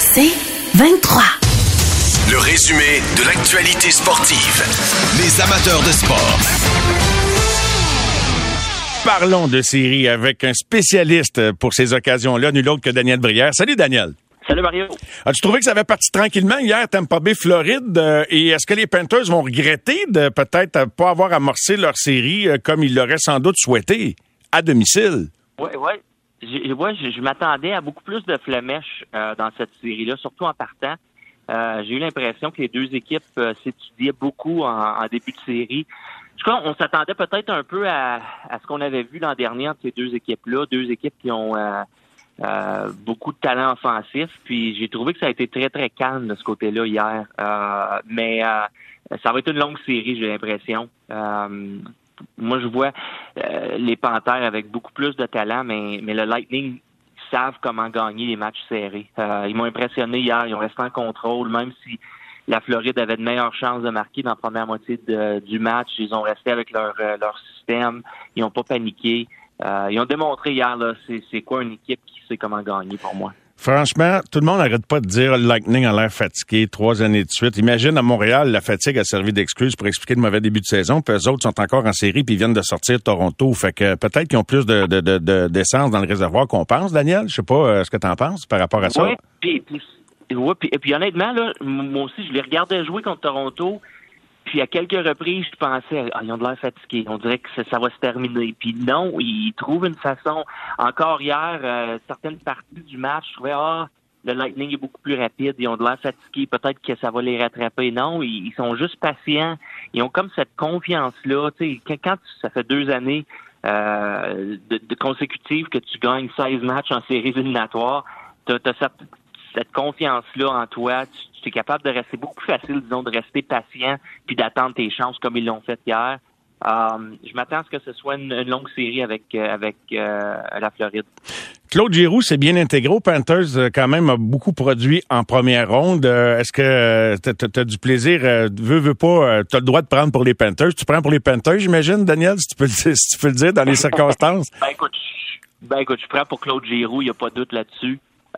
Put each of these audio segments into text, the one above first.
C'est 23. Le résumé de l'actualité sportive. Les amateurs de sport. Parlons de série avec un spécialiste pour ces occasions-là, nul autre que Daniel Brière. Salut Daniel. Salut Mario. As-tu trouvé que ça avait parti tranquillement hier, Tampa Bay, Floride? Et est-ce que les Panthers vont regretter de peut-être pas avoir amorcé leur série comme ils l'auraient sans doute souhaité, à domicile? Oui. Je m'attendais à beaucoup plus de flamèches dans cette série-là, surtout en partant. J'ai eu l'impression que les deux équipes s'étudiaient beaucoup en début de série. Je crois qu'on s'attendait peut-être un peu à ce qu'on avait vu l'an dernier entre ces deux équipes-là, deux équipes qui ont beaucoup de talent offensif. Puis j'ai trouvé que ça a été très, très calme de ce côté-là hier. Mais ça va être une longue série, j'ai l'impression. Moi, je vois les Panthers avec beaucoup plus de talent, mais le Lightning savent comment gagner les matchs serrés. Ils m'ont impressionné hier, ils ont resté en contrôle, même si la Floride avait de meilleures chances de marquer dans la première moitié du match. Ils ont resté avec leur système, ils n'ont pas paniqué. Ils ont démontré hier, là, c'est quoi une équipe qui sait comment gagner pour moi. Franchement, tout le monde n'arrête pas de dire le Lightning a l'air fatigué 3 années de suite. Imagine, à Montréal, la fatigue a servi d'excuse pour expliquer le mauvais début de saison, puis eux autres sont encore en série, puis ils viennent de sortir Toronto. Fait que peut-être qu'ils ont plus d'essence dans le réservoir qu'on pense, Daniel. Je sais pas ce que tu en penses par rapport à ça. Oui, puis honnêtement, là, moi aussi, je les regardais jouer contre Toronto. Puis à quelques reprises, je pensais, ils ont de l'air fatigués. On dirait que ça va se terminer. Puis non, ils trouvent une façon. Encore hier, certaines parties du match, je trouvais, le Lightning est beaucoup plus rapide. Ils ont de l'air fatigués. Peut-être que ça va les rattraper. Non, ils sont juste patients. Ils ont comme cette confiance-là. Tu sais, quand ça fait 2 années de consécutives que tu gagnes 16 matchs en séries éliminatoires, t'as cette confiance-là en toi, tu es capable de rester beaucoup plus facile, disons, de rester patient puis d'attendre tes chances comme ils l'ont fait hier. Je m'attends à ce que ce soit une longue série avec la Floride. Claude Giroux s'est bien intégré aux Panthers, quand même, a beaucoup produit en première ronde. Est-ce que t'as du plaisir, veux pas, t'as le droit de prendre pour les Panthers? Tu prends pour les Panthers, j'imagine, Daniel, si tu peux le dire dans les circonstances? Écoute, je prends pour Claude Giroux, il n'y a pas de doute là-dessus.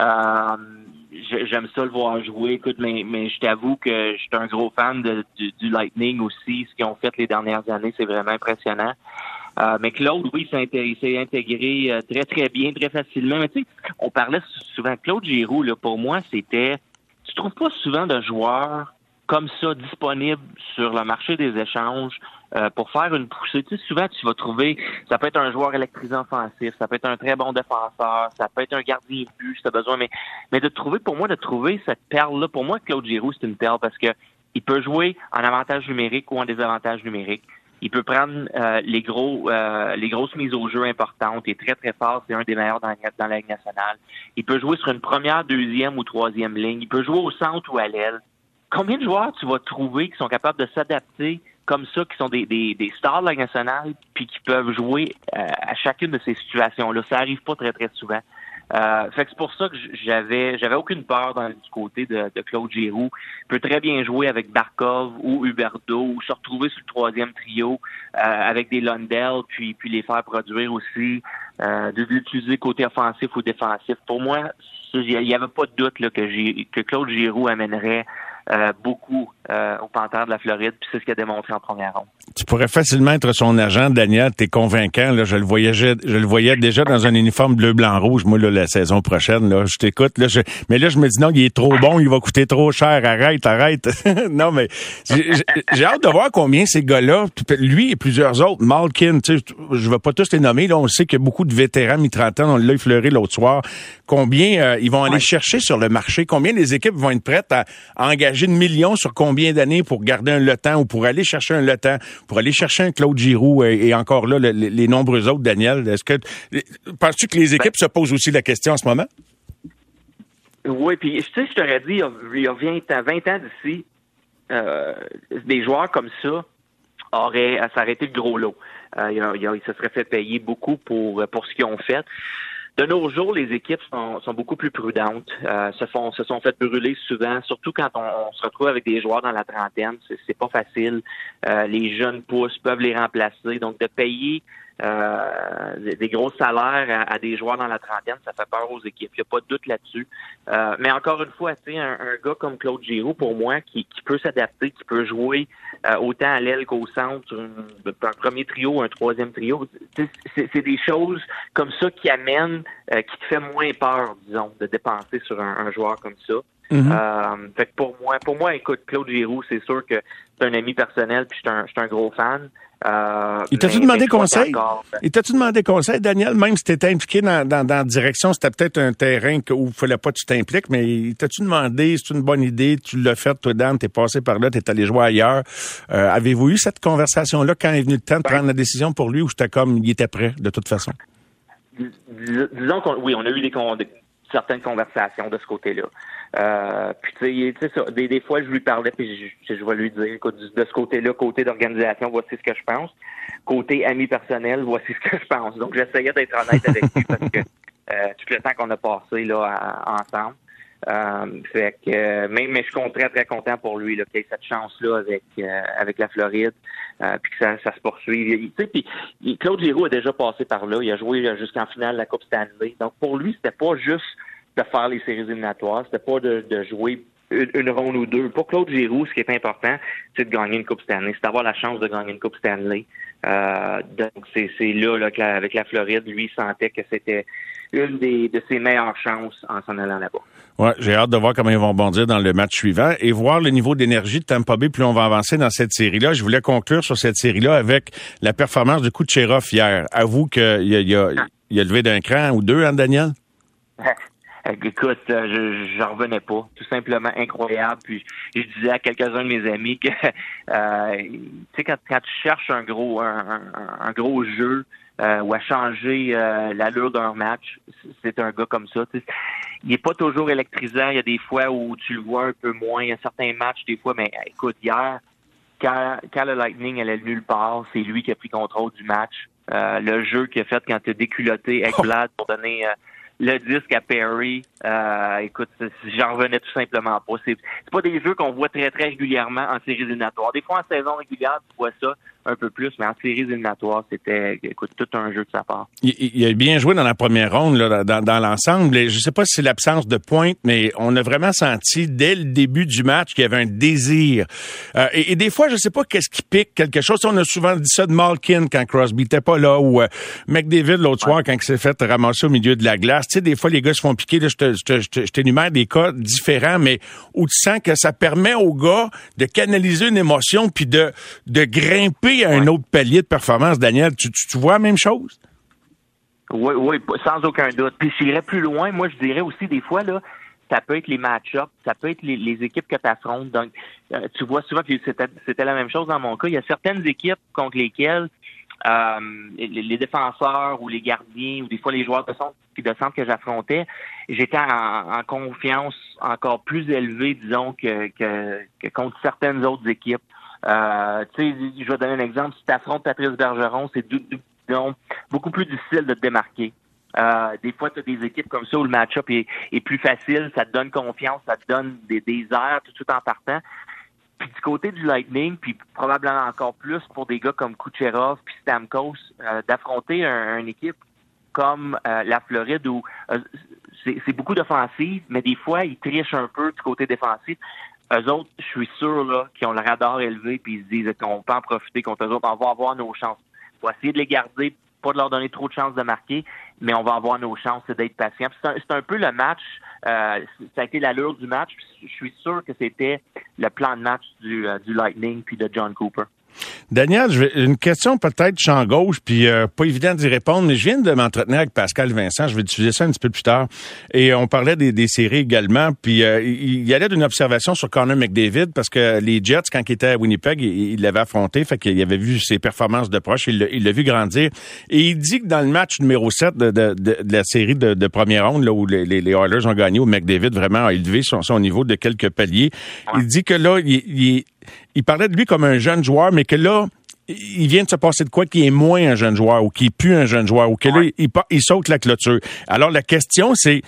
J'aime ça le voir jouer, écoute, mais je t'avoue que je suis un gros fan du Lightning aussi. Ce qu'ils ont fait les dernières années, c'est vraiment impressionnant. Mais Claude, oui, il s'est intégré très, très bien, très facilement. Mais tu sais, on parlait souvent, Claude Giroux, là, pour moi, c'était... Tu trouves pas souvent de joueurs comme ça disponibles sur le marché des échanges pour faire une poussée. Tu sais, souvent, tu vas trouver, ça peut être un joueur électrisant offensif, ça peut être un très bon défenseur, ça peut être un gardien de but si tu as besoin, mais de trouver cette perle-là, pour moi, Claude Giroux, c'est une perle parce que il peut jouer en avantage numérique ou en désavantage numérique. Il peut prendre les grosses mises au jeu importantes. Il est très, très fort. C'est un des meilleurs dans la Ligue nationale. Il peut jouer sur une première, deuxième ou troisième ligne. Il peut jouer au centre ou à l'aile. Combien de joueurs tu vas trouver qui sont capables de s'adapter comme ça, qui sont des stars de la Ligue nationale, puis qui peuvent jouer à chacune de ces situations-là? Ça arrive pas très, très souvent. Fait que c'est pour ça que j'avais aucune peur du côté de Claude Giroux. Il peut très bien jouer avec Barkov ou Huberdeau ou se retrouver sur le 3e trio avec des Lundell, puis les faire produire aussi, de l'utiliser côté offensif ou défensif. Pour moi, il n'y avait pas de doute là, que Claude Giroux amènerait beaucoup aux Panthers de la Floride, puis c'est ce qu'il a démontré en première ronde. Tu pourrais facilement être son agent, Daniel. T'es convaincant. Là, je le voyais déjà dans un uniforme bleu, blanc, rouge. Moi, là, la saison prochaine, là, je t'écoute. Là, mais là, je me dis non, il est trop bon, il va coûter trop cher. Arrête. Non, mais j'ai hâte de voir combien ces gars-là, lui et plusieurs autres, Malkin, tu sais, je vais pas tous les nommer. Là, on sait qu'il y a beaucoup de vétérans mi-trentaine. On l'a effleuré l'autre soir. Combien ils vont aller chercher sur le marché? Combien les équipes vont être prêtes à engager de millions sur combien d'années pour garder un Le Temps ou pour aller chercher un Le Temps, pour aller chercher un Claude Giroux et encore là, les nombreux autres, Daniel? Penses-tu que les équipes se posent aussi la question en ce moment? Oui, puis tu sais, je t'aurais dit, il y a 20 ans d'ici, des joueurs comme ça ça aurait été le gros lot. Ils se seraient fait payer beaucoup pour ce qu'ils ont fait. De nos jours, les équipes sont beaucoup plus prudentes, se sont fait brûler souvent, surtout quand on se retrouve avec des joueurs dans la trentaine, c'est pas facile. Les jeunes pousses peuvent les remplacer, donc de payer des gros salaires à des joueurs dans la trentaine, ça fait peur aux équipes. Il n'y a pas de doute là-dessus. Mais encore une fois, tu sais, un gars comme Claude Giroux, pour moi, qui peut s'adapter, qui peut jouer autant à l'aile qu'au centre, un premier trio, un troisième trio, c'est des choses comme ça qui amènent, qui te fait moins peur, disons, de dépenser sur un joueur comme ça. Mm-hmm. Fait que pour moi, écoute, Claude Giroux, c'est sûr que c'est un ami personnel, puis je suis un gros fan. Il t'a-tu demandé conseil? Il t'a-tu demandé conseil, Daniel? Même si t'étais impliqué dans la direction, c'était peut-être un terrain où il fallait pas que tu t'impliques, mais il t'a-tu demandé, c'est une bonne idée, tu l'as fait, toi, Dan, t'es passé par là, t'es allé jouer ailleurs. Avez-vous eu cette conversation-là quand est venu le temps de prendre la décision pour lui, ou c'était comme, il était prêt, de toute façon? Disons oui, on a eu certaines conversations de ce côté-là. Puis tu sais ça, des fois je lui parlais puis je vais lui dire, écoute, de ce côté-là, côté d'organisation, voici ce que je pense. Côté ami personnel, voici ce que je pense. Donc j'essayais d'être honnête avec lui parce que tout le temps qu'on a passé là ensemble. Fait que mais je suis très très content pour lui là, qu'il ait cette chance-là avec la Floride, puis que ça se poursuive. Tu sais, puis Claude Giroux a déjà passé par là. Il a joué jusqu'en finale de la Coupe Stanley. Donc pour lui, c'était pas juste de faire les séries éliminatoires, c'était pas de jouer une ronde ou deux. Pour Claude Giroux, ce qui est important, c'est de gagner une Coupe Stanley, c'est d'avoir la chance de gagner une Coupe Stanley. Donc c'est là qu'avec la Floride, lui, il sentait que c'était une de ses meilleures chances en s'en allant là-bas. Ouais, j'ai hâte de voir comment ils vont bondir dans le match suivant et voir le niveau d'énergie de Tampa Bay. Plus on va avancer dans cette série-là, je voulais conclure sur cette série-là avec la performance de Kucherov hier. Avoue qu'il a levé d'un cran ou deux, hein, Daniel? Écoute, j'en revenais pas. Tout simplement incroyable. Puis je disais à quelques-uns de mes amis que tu sais, quand tu cherches un gros jeu ou à changer l'allure d'un match, c'est un gars comme ça. T'sais. Il est pas toujours électrisant. Il y a des fois où tu le vois un peu moins. Il y a certains matchs, des fois, mais écoute, hier, quand le Lightning allait nulle part, c'est lui qui a pris contrôle du match. Le jeu qu'il a fait quand tu as déculotté Ekblad pour donner le disque à Perry, écoute, j'en revenais tout simplement pas. C'est pas des jeux qu'on voit très, très régulièrement en séries éliminatoires. Des fois, en saison régulière, tu vois ça un peu plus, mais en séries éliminatoires, c'était, écoute, tout un jeu de sa part. Il a bien joué dans la première ronde, là, dans l'ensemble. Je sais pas si c'est l'absence de pointe, mais on a vraiment senti, dès le début du match, qu'il y avait un désir. Et des fois, je sais pas qu'est-ce qui pique quelque chose. On a souvent dit ça de Malkin quand Crosby était pas là, ou McDavid l'autre soir quand il s'est fait ramasser au milieu de la glace. Tu sais, des fois, les gars se font piquer. Là, je t'énumère des cas différents, mais où tu sens que ça permet aux gars de canaliser une émotion puis de grimper à un autre palier de performance. Daniel, tu vois la même chose? Oui, sans aucun doute. Puis j'irais plus loin, moi je dirais aussi des fois, là, ça peut être les match-ups, ça peut être les équipes que tu affrontes. Donc, tu vois souvent, puis c'était la même chose dans mon cas, il y a certaines équipes contre lesquelles les défenseurs ou les gardiens ou des fois les joueurs de centre que j'affrontais, j'étais en confiance encore plus élevée, disons, que contre certaines autres équipes. Tu sais, je vais donner un exemple. Si tu affrontes Patrice Bergeron, c'est beaucoup plus difficile de te démarquer. Des fois, tu as des équipes comme ça où le match-up est plus facile, ça te donne confiance, ça te donne des airs tout de suite en partant. Puis du côté du Lightning, puis probablement encore plus pour des gars comme Kucherov puis Stamkos, d'affronter une équipe comme la Floride où c'est beaucoup d'offensive, mais des fois, ils trichent un peu du côté défensif. Eux autres, je suis sûr là qu'ils ont le radar élevé puis ils se disent qu'on peut en profiter contre eux autres. On va avoir nos chances. Il faut essayer de les garder, pas de leur donner trop de chances de marquer, mais on va avoir nos chances, c'est d'être patient. C'est un peu le match, ça a été l'allure du match. Je suis sûr que c'était le plan de match du Lightning puis de John Cooper. Daniel, une question peut-être champ gauche, puis pas évident d'y répondre, mais je viens de m'entretenir avec Pascal Vincent, je vais diffuser ça un petit peu plus tard, et on parlait des séries également, puis il y allait d'une observation sur Connor McDavid, parce que les Jets, quand il était à Winnipeg, il l'avait affronté, fait qu'il avait vu ses performances de proche, il l'a vu grandir, et il dit que dans le match numéro 7 de la série de première ronde, là où les Oilers ont gagné, où McDavid vraiment a élevé son niveau de quelques paliers, il dit que là, il parlait de lui comme un jeune joueur, mais que là, il vient de se passer de quoi qu'il est moins un jeune joueur ou qu'il est plus un jeune joueur ou que là, il saute la clôture. Alors, la question, c'est,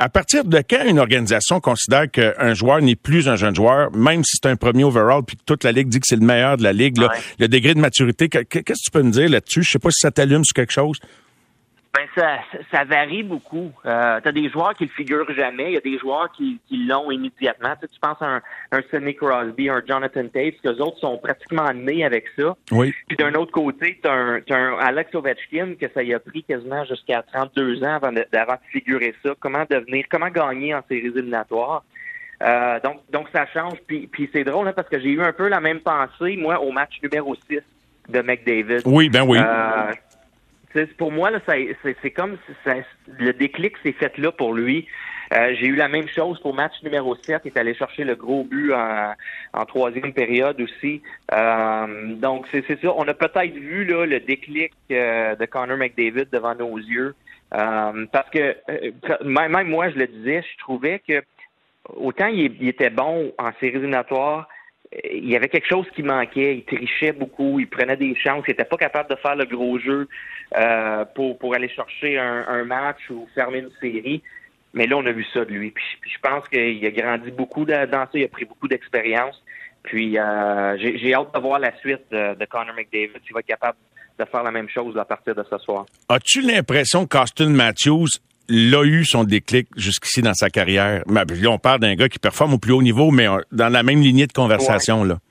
À partir de quand une organisation considère qu'un joueur n'est plus un jeune joueur, même si c'est un premier overall, puis que toute la Ligue dit que c'est le meilleur de la Ligue, là, le degré de maturité, qu'est-ce que tu peux me dire là-dessus? Je sais pas si ça t'allume sur quelque chose. Ben ça varie beaucoup. T'as des joueurs qui le figurent jamais. Il y a des joueurs qui l'ont immédiatement. Tu penses à un Sidney Crosby, un Jonathan Toews, qu'eux autres sont pratiquement nés avec ça. Oui. Puis d'un autre côté, t'as un Alex Ovechkin que ça y a pris quasiment jusqu'à 32 ans avant de figurer ça. Comment gagner en séries éliminatoires. Donc ça change. Puis c'est drôle parce que j'ai eu un peu la même pensée, moi, au match numéro 6 de McDavid. Oui, ben oui. Pour moi, là, c'est comme si le déclic s'est fait là pour lui. J'ai eu la même chose pour match numéro 7. Il est allé chercher le gros but en troisième période aussi. Donc, c'est ça. On a peut-être vu là le déclic de Connor McDavid devant nos yeux. Parce que même moi, je le disais, je trouvais que autant il était bon en séries éliminatoires, il y avait quelque chose qui manquait. Il trichait beaucoup, il prenait des chances, il n'était pas capable de faire le gros jeu pour aller chercher un match ou fermer une série. Mais là, on a vu ça de lui. Puis je pense qu'il a grandi beaucoup dans ça, il a pris beaucoup d'expérience. Puis j'ai hâte de voir la suite de Connor McDavid, s'il va être capable de faire la même chose à partir de ce soir. As-tu l'impression qu'Austin Matthews l'a eu son déclic jusqu'ici dans sa carrière? Là, on parle d'un gars qui performe au plus haut niveau, mais dans la même lignée de conversation, là.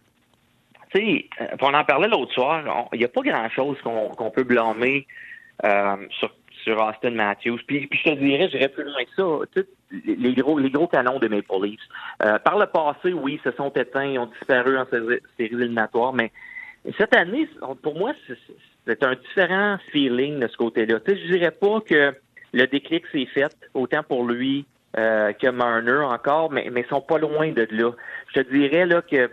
Tu sais, on en parlait l'autre soir, il n'y a pas grand-chose qu'on peut blâmer sur Austin Matthews. Puis je te dirais, j'irais plus loin que ça. Les gros canons de Maple Leafs. Par le passé, oui, se sont éteints, ils ont disparu en séries éliminatoires, mais cette année, pour moi, c'est un différent feeling de ce côté-là. Tu sais, je dirais pas que le déclic s'est fait, autant pour lui que Marner encore, mais ils sont pas loin de là. Je te dirais là que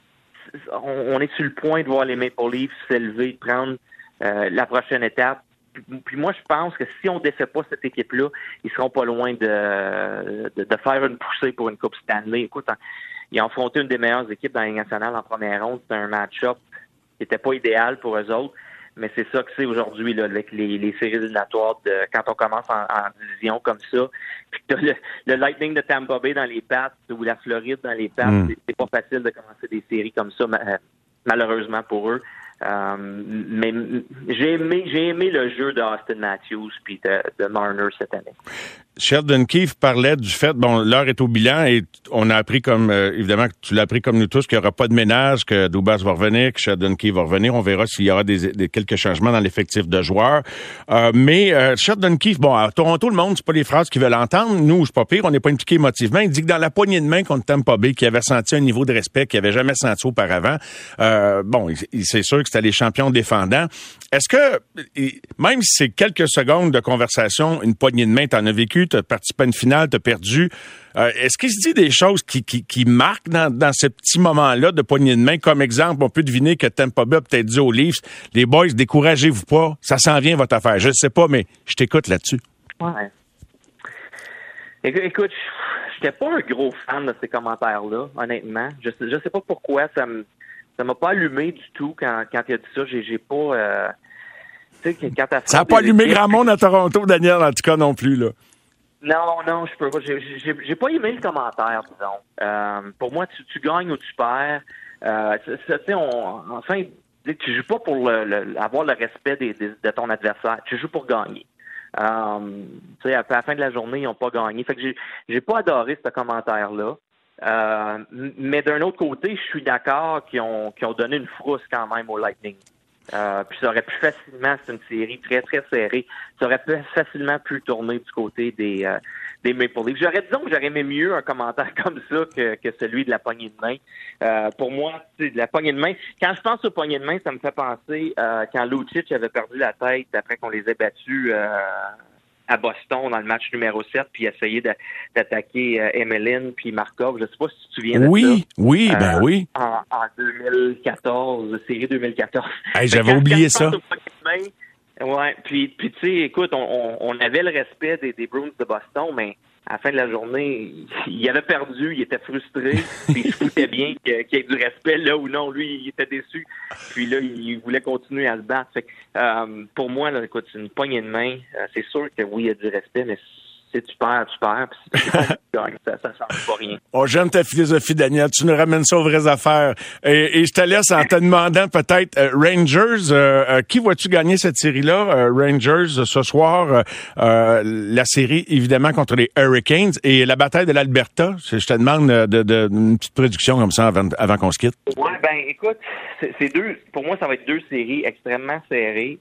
on est sur le point de voir les Maple Leafs s'élever, de prendre la prochaine étape. Puis moi, je pense que si on ne défait pas cette équipe-là, ils seront pas loin de faire une poussée pour une Coupe Stanley. Écoute, ils ont affronté une des meilleures équipes dans la Ligue nationale en première ronde. C'était un match-up qui n'était pas idéal pour eux autres. Mais c'est ça que c'est aujourd'hui là, avec les séries éliminatoires quand on commence en division comme ça. Puis t'as le Lightning de Tampa Bay dans les pattes ou la Floride dans les pattes. C'est pas facile de commencer des séries comme ça, malheureusement pour eux. Mais j'ai aimé le jeu d'Austin Matthews puis de Marner cette année. Sheldon Keefe parlait du fait, l'heure est au bilan et on a appris évidemment, que tu l'as appris comme nous tous, qu'il n'y aura pas de ménage, que Dubas va revenir, que Sheldon Keefe va revenir. On verra s'il y aura quelques changements dans l'effectif de joueurs. Mais Sheldon Keefe, à Toronto, le monde, c'est pas les phrases qu'ils veulent entendre. Nous, c'est pas pire, on n'est pas impliqués émotivement. Il dit que dans la poignée de main contre Tampa Bay, qu'il avait senti un niveau de respect qu'il n'avait jamais senti auparavant. C'est sûr que c'était les champions défendants. Est-ce que, même si c'est quelques secondes de conversation, une poignée de main, t'en as vécu, t'as participé à une finale, t'as perdu, est-ce qu'il se dit des choses qui marquent dans ce petit moment-là de poignée de main? Comme exemple, on peut deviner que Tampa Bay a peut-être dit aux Leafs, les boys, découragez-vous pas, ça s'en vient votre affaire. Je sais pas, mais je t'écoute là-dessus. Ouais. Écoute, j'étais pas un gros fan de ces commentaires-là, honnêtement. Je sais pas pourquoi ça m'a pas allumé du tout quand il a dit ça. J'ai pas... ça n'a pas allumé grand monde à Toronto, Daniel, en tout cas, non plus, là. Non, je peux pas. J'ai pas aimé le commentaire, disons. Pour moi, tu gagnes ou tu perds. Enfin, tu joues pas pour avoir le respect de ton adversaire. Tu joues pour gagner. À la fin de la journée, ils n'ont pas gagné. Fait que j'ai pas adoré ce commentaire-là. Mais d'un autre côté, je suis d'accord qu'ils ont donné une frousse quand même au Lightning. Puis ça aurait pu facilement, c'est une série très, très serrée, ça aurait facilement pu tourner du côté des Maple Leafs. Disons que j'aurais aimé mieux un commentaire comme ça que celui de la poignée de main. Pour moi, c'est la poignée de main. Quand je pense aux poignées de main, ça me fait penser quand Lucic avait perdu la tête après qu'on les ait battus à Boston dans le match numéro 7, puis essayer d'attaquer Emelin puis Markov. Je sais pas si tu te souviens de ça. Oui, oui. En 2014, série 2014. Hey, j'avais oublié ça. Ouais, puis tu sais, écoute, on avait le respect des Bruins de Boston, mais à la fin de la journée, il avait perdu, il était frustré, puis il se foutait bien qu'il y ait du respect là ou non. Lui, il était déçu, puis là, il voulait continuer à se battre. Fait que, pour moi, là, écoute, c'est une poignée de main. C'est sûr que oui, il y a du respect, mais Si tu perds, tu perds. Puis si tu gagnes, ça change pas rien. Oh, j'aime ta philosophie, Daniel. Tu nous ramènes ça aux vraies affaires. Et je te laisse en te demandant peut-être, Rangers, qui vois-tu gagner cette série-là? Rangers, ce soir, la série, évidemment, contre les Hurricanes et la bataille de l'Alberta. Je te demande une petite prédiction comme ça avant qu'on se quitte. Ouais, écoute, pour moi, ça va être deux séries extrêmement serrées.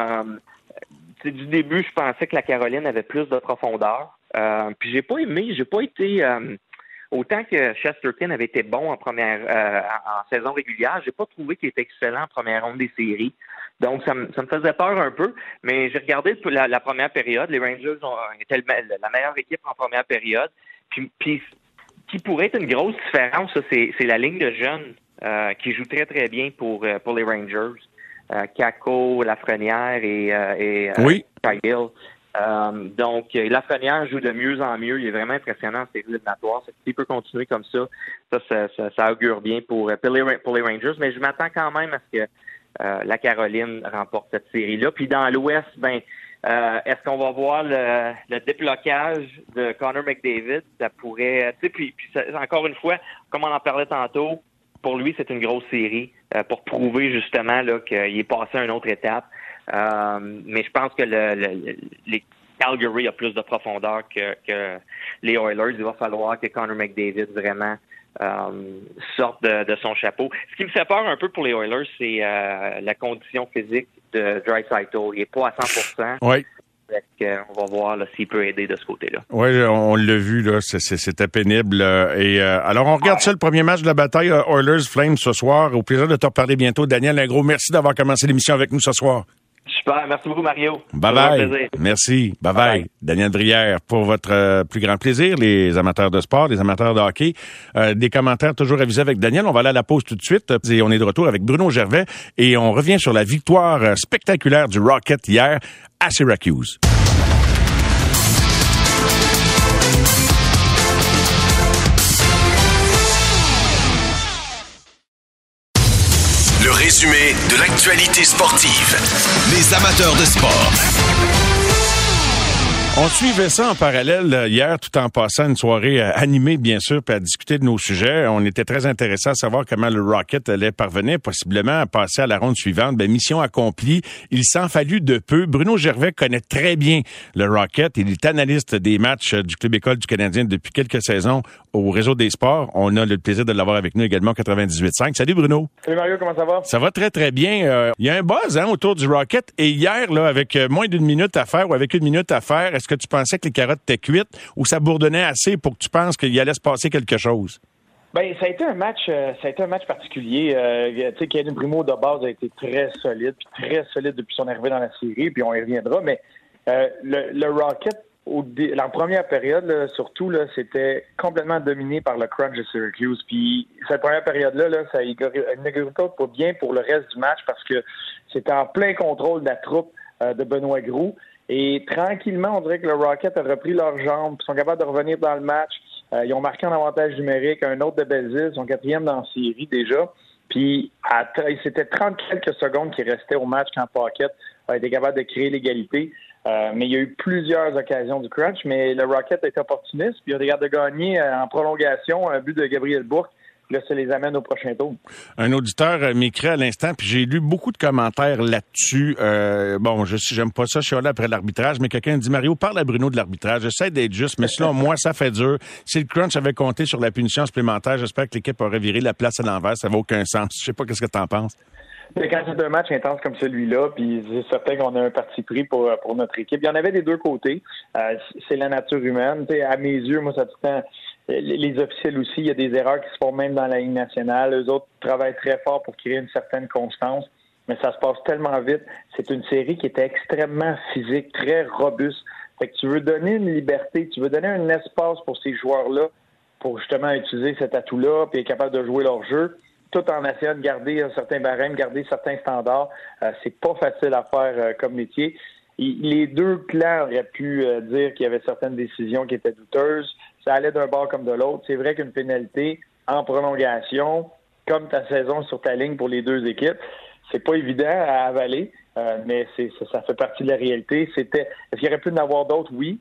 Du début, je pensais que la Caroline avait plus de profondeur. Puis j'ai pas été autant que Chesterton avait été bon en saison régulière, j'ai pas trouvé qu'il était excellent en première ronde des séries. Donc ça me faisait peur un peu, mais j'ai regardé la première période. Les Rangers étaient la meilleure équipe en première période. Puis qui pourrait être une grosse différence, ça, c'est la ligne de jeunes qui joue très très bien pour les Rangers. Kako, Lafrenière et Kyle. Donc, Lafrenière joue de mieux en mieux. Il est vraiment impressionnant en séries éliminatoires. S'il peut continuer comme ça, ça augure bien pour les Rangers. Mais je m'attends quand même à ce que la Caroline remporte cette série-là. Puis dans l'Ouest, est-ce qu'on va voir le déblocage de Connor McDavid? Ça pourrait... Puis encore une fois, comme on en parlait tantôt, pour lui, c'est une grosse série pour prouver justement là, qu'il est passé à une autre étape. Mais je pense que les Calgary a plus de profondeur que les Oilers. Il va falloir que Connor McDavid vraiment sorte de son chapeau. Ce qui me fait peur un peu pour les Oilers, c'est la condition physique de Draisaitl. Il n'est pas à 100%. Oui. On va voir là, s'il peut aider de ce côté-là. Oui, on l'a vu, là, c'était pénible. Alors, on regarde ça, le premier match de la bataille Oilers-Flames ce soir. Au plaisir de te reparler bientôt. Daniel, un gros merci d'avoir commencé l'émission avec nous ce soir. Super, merci beaucoup Mario. Bye-bye. Merci. Bye-bye. Daniel Brière, pour votre plus grand plaisir, les amateurs de sport, les amateurs de hockey. Des commentaires toujours avisés avec Daniel. On va aller à la pause tout de suite. Et on est de retour avec Bruno Gervais. Et on revient sur la victoire spectaculaire du Rocket hier à Syracuse. Le résumé de l'actualité sportive. Les amateurs de sport. On suivait ça en parallèle hier, tout en passant une soirée animée, bien sûr, puis à discuter de nos sujets. On était très intéressés à savoir comment le Rocket allait parvenir possiblement à passer à la ronde suivante. Mission accomplie. Il s'en fallut de peu. Bruno Gervais connaît très bien le Rocket. Il est analyste des matchs du Club École du Canadien depuis quelques saisons au Réseau des sports. On a le plaisir de l'avoir avec nous également au 98.5. Salut Bruno. Salut Mario, comment ça va? Ça va très, très bien. Il y a un buzz autour du Rocket. Et hier, là, avec moins d'une minute à faire ou avec une minute à faire, est-ce que tu pensais que les carottes étaient cuites ou ça bourdonnait assez pour que tu penses qu'il allait se passer quelque chose? Ben, ça a été un match particulier. Tu sais, Kevin Primo de base a été très solide depuis son arrivée dans la série, puis on y reviendra. Mais le Rocket, la première période, là, surtout, là, c'était complètement dominé par le crunch de Syracuse. Puis cette première période-là, là, ça n'augurait pas bien pour le reste du match parce que c'était en plein contrôle de la troupe de Benoît Groulx. Et tranquillement, on dirait que le Rocket a repris leurs jambes, ils sont capables de revenir dans le match. Ils ont marqué un avantage numérique, un autre de Belzile, ils sont quatrième dans la série déjà. Puis c'était 30 quelques secondes qui restaient au match quand Paquette a été capable de créer l'égalité. Mais il y a eu plusieurs occasions du crunch, mais le Rocket a été opportuniste, puis il a été capable de gagner en prolongation un but de Gabriel Bourque. Là, ça les amène au prochain tour. Un auditeur m'écrit à l'instant, puis j'ai lu beaucoup de commentaires là-dessus. J'aime pas ça chialer après l'arbitrage, mais quelqu'un dit, Mario, parle à Bruno de l'arbitrage. J'essaie d'être juste, mais selon moi, ça fait dur. Si le crunch avait compté sur la punition supplémentaire, j'espère que l'équipe aurait viré la place à l'envers. Ça n'a aucun sens. Je sais pas qu'est-ce que t'en penses. Mais quand c'est un match intense comme celui-là, puis c'est certain qu'on a un parti pris pour notre équipe. Il y en avait des deux côtés. C'est la nature humaine. T'sais, à mes yeux, moi, ça tout le temps... Les officiels aussi, il y a des erreurs qui se font même dans la Ligue nationale. Eux autres travaillent très fort pour créer une certaine constance, mais ça se passe tellement vite. C'est une série qui était extrêmement physique, très robuste. Fait que tu veux donner une liberté, tu veux donner un espace pour ces joueurs-là pour justement utiliser cet atout-là puis être capable de jouer leur jeu, tout en essayant de garder un certain barème, garder certains standards. C'est pas facile à faire comme métier. Les deux clans auraient pu dire qu'il y avait certaines décisions qui étaient douteuses. Ça allait d'un bord comme de l'autre. C'est vrai qu'une pénalité en prolongation, comme ta saison sur ta ligne pour les deux équipes, c'est pas évident à avaler, mais ça fait partie de la réalité. Est-ce qu'il y aurait pu en avoir d'autres? Oui.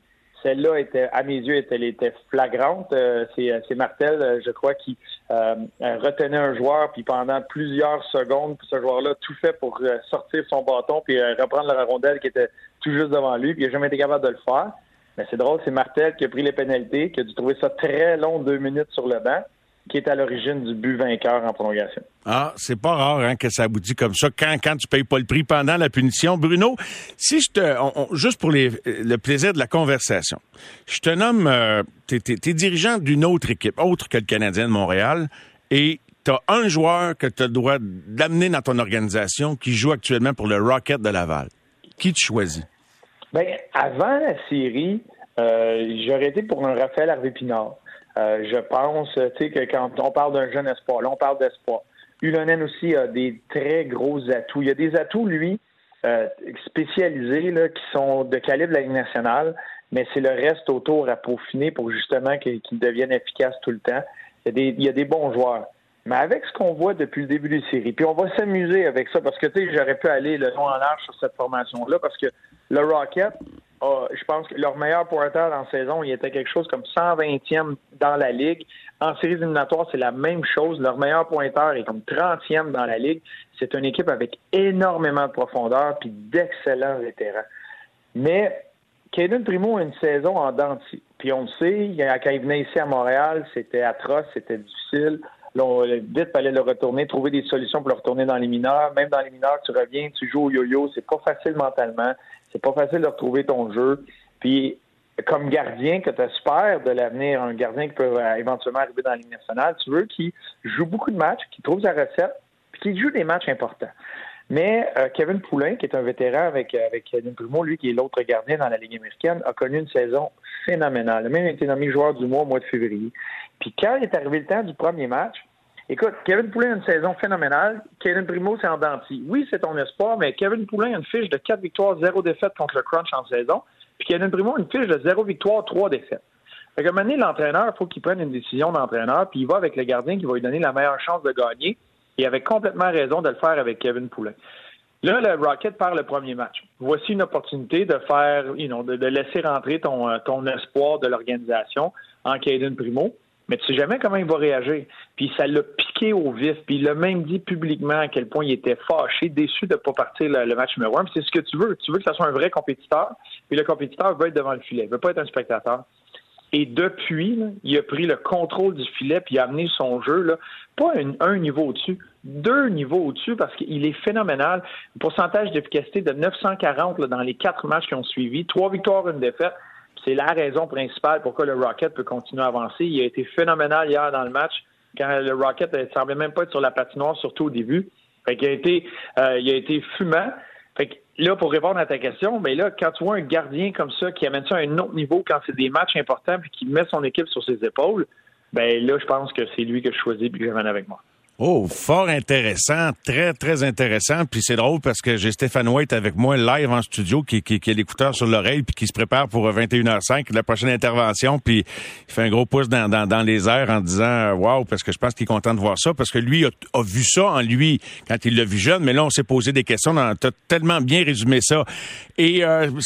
celle-là était, à mes yeux, elle était flagrante. C'est Martel, je crois, qui retenait un joueur, puis pendant plusieurs secondes, puis ce joueur-là a tout fait pour sortir son bâton puis reprendre la rondelle qui était tout juste devant lui, puis il n'a jamais été capable de le faire. Mais c'est drôle, c'est Martel qui a pris les pénalités, qui a dû trouver ça très long, 2 minutes sur le banc, qui est à l'origine du but vainqueur en prolongation. Ah, c'est pas rare hein, que ça aboutit comme ça quand tu payes pas le prix pendant la punition. Bruno, si je te... juste pour le plaisir de la conversation, je te nomme... t'es dirigeant d'une autre équipe, autre que le Canadien de Montréal, et t'as un joueur que tu as le droit d'amener dans ton organisation qui joue actuellement pour le Rocket de Laval. Qui tu choisis? Bien, avant la série, j'aurais été pour un Raphaël Harvey-Pinard. Je pense, tu sais, que quand on parle d'un jeune espoir, là, on parle d'espoir. Ylönen aussi a des très gros atouts. Il y a des atouts, lui, spécialisés, là, qui sont de calibre de la Ligue nationale, mais c'est le reste autour à peaufiner pour justement qu'ils deviennent efficaces tout le temps. Il y a des bons joueurs. Mais avec ce qu'on voit depuis le début des séries, puis on va s'amuser avec ça, parce que, tu sais, j'aurais pu aller le long en large sur cette formation-là, parce que le Rocket, je pense que leur meilleur pointeur dans la saison, il était quelque chose comme 120e dans la Ligue. En séries éliminatoires, c'est la même chose. Leur meilleur pointeur est comme 30e dans la Ligue. C'est une équipe avec énormément de profondeur puis d'excellents vétérans. Mais Cayden Primo a une saison en dents de scie. Puis on le sait, quand il venait ici à Montréal, c'était atroce, c'était difficile. Là, vite, il fallait le retourner, trouver des solutions pour le retourner dans les mineurs. Même dans les mineurs, tu reviens, tu joues au yo-yo. C'est pas facile mentalement. C'est pas facile de retrouver ton jeu. Puis, comme gardien, que tu espères de l'avenir, un gardien qui peut éventuellement arriver dans la Ligue nationale, tu veux qu'il joue beaucoup de matchs, qu'il trouve sa recette, puis qu'il joue des matchs importants. Mais Kevin Poulin, qui est un vétéran avec Cayden Primo, lui qui est l'autre gardien dans la Ligue américaine, a connu une saison phénoménale. Il a même été nommé joueur du mois au mois de février. Puis quand il est arrivé le temps du premier match, écoute, Kevin Poulin a une saison phénoménale. Cayden Primo, c'est en dents de scie. Oui, c'est ton espoir, mais Kevin Poulin a une fiche de 4 victoires, 0 défaites contre le Crunch en saison. Puis Cayden Primo a une fiche de 0 victoire, 3 défaites. Fait qu'à un moment donné, l'entraîneur, il faut qu'il prenne une décision d'entraîneur, puis il va avec le gardien qui va lui donner la meilleure chance de gagner. Et il avait complètement raison de le faire avec Kevin Poulin. Là, le Rocket perd le premier match. Voici une opportunité de faire, de laisser rentrer ton espoir de l'organisation en Cayden Primo. Mais tu sais jamais comment il va réagir. Puis ça l'a piqué au vif. Puis il l'a même dit publiquement à quel point il était fâché, déçu de ne pas partir le match numéro 1. Puis c'est ce que tu veux. Tu veux que ça soit un vrai compétiteur. Puis le compétiteur veut être devant le filet. Il ne veut pas être un spectateur. Et depuis, là, il a pris le contrôle du filet puis il a amené son jeu, là, pas un niveau au-dessus, 2 niveaux au-dessus parce qu'il est phénoménal. Un pourcentage d'efficacité de 940 là, dans les 4 matchs qui ont suivi. 3 victoires, 1 défaite. C'est la raison principale pourquoi le Rocket peut continuer à avancer. Il a été phénoménal hier dans le match quand le Rocket ne semblait même pas être sur la patinoire, surtout au début. Fait qu'il a été fumant. Fait que là, pour répondre à ta question, ben là, quand tu vois un gardien comme ça qui amène ça à un autre niveau quand c'est des matchs importants puis qui met son équipe sur ses épaules, ben là, je pense que c'est lui que je choisis et que j'amène avec moi. Oh, fort intéressant, très, très intéressant. Puis c'est drôle parce que j'ai Stéphane White avec moi live en studio qui a l'écouteur sur l'oreille puis qui se prépare pour 21h05, la prochaine intervention. Puis il fait un gros pouce dans les airs en disant « Wow », parce que je pense qu'il est content de voir ça parce que lui a vu ça en lui quand il l'a vu jeune. Mais là, on s'est posé des questions. T'as tellement bien résumé ça. Et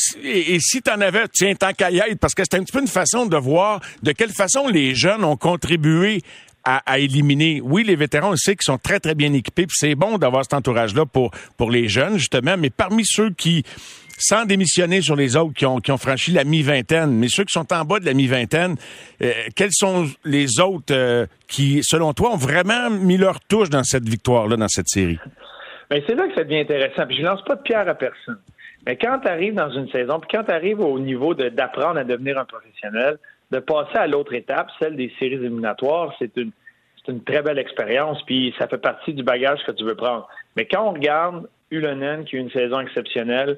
si t'en avais, tiens, tant qu'à y être, parce que c'est un petit peu une façon de voir de quelle façon les jeunes ont contribué à éliminer. Oui, les vétérans, on sait qu'ils sont très, très bien équipés, puis c'est bon d'avoir cet entourage-là pour les jeunes, justement, mais parmi ceux qui, sans démissionner sur les autres, qui ont franchi la mi-vingtaine, mais ceux qui sont en bas de la mi-vingtaine, quels sont les autres qui, selon toi, ont vraiment mis leur touche dans cette victoire-là, dans cette série? Bien, c'est là que ça devient intéressant, puis je lance pas de pierre à personne. Mais quand tu arrives dans une saison, puis quand tu arrives au niveau d'apprendre à devenir un professionnel, de passer à l'autre étape, celle des séries éliminatoires, c'est une très belle expérience, puis ça fait partie du bagage que tu veux prendre. Mais quand on regarde Ylönen, qui a eu une saison exceptionnelle,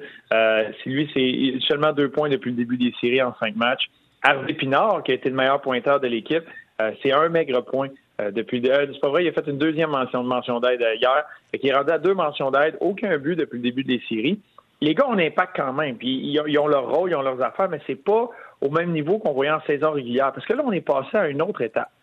c'est seulement 2 points depuis le début des séries en 5 matchs. Harvey-Pinard, qui a été le meilleur pointeur de l'équipe, c'est 1 maigre point depuis. C'est pas vrai, il a fait une 2e mention d'aide hier. Fait qu'il est rendu à 2 mentions d'aide, aucun but depuis le début des séries. Les gars ont un impact quand même, puis ils ont leur rôle, ils ont leurs affaires, mais c'est pas au même niveau qu'on voyait en saison régulière. Parce que là, on est passé à une autre étape.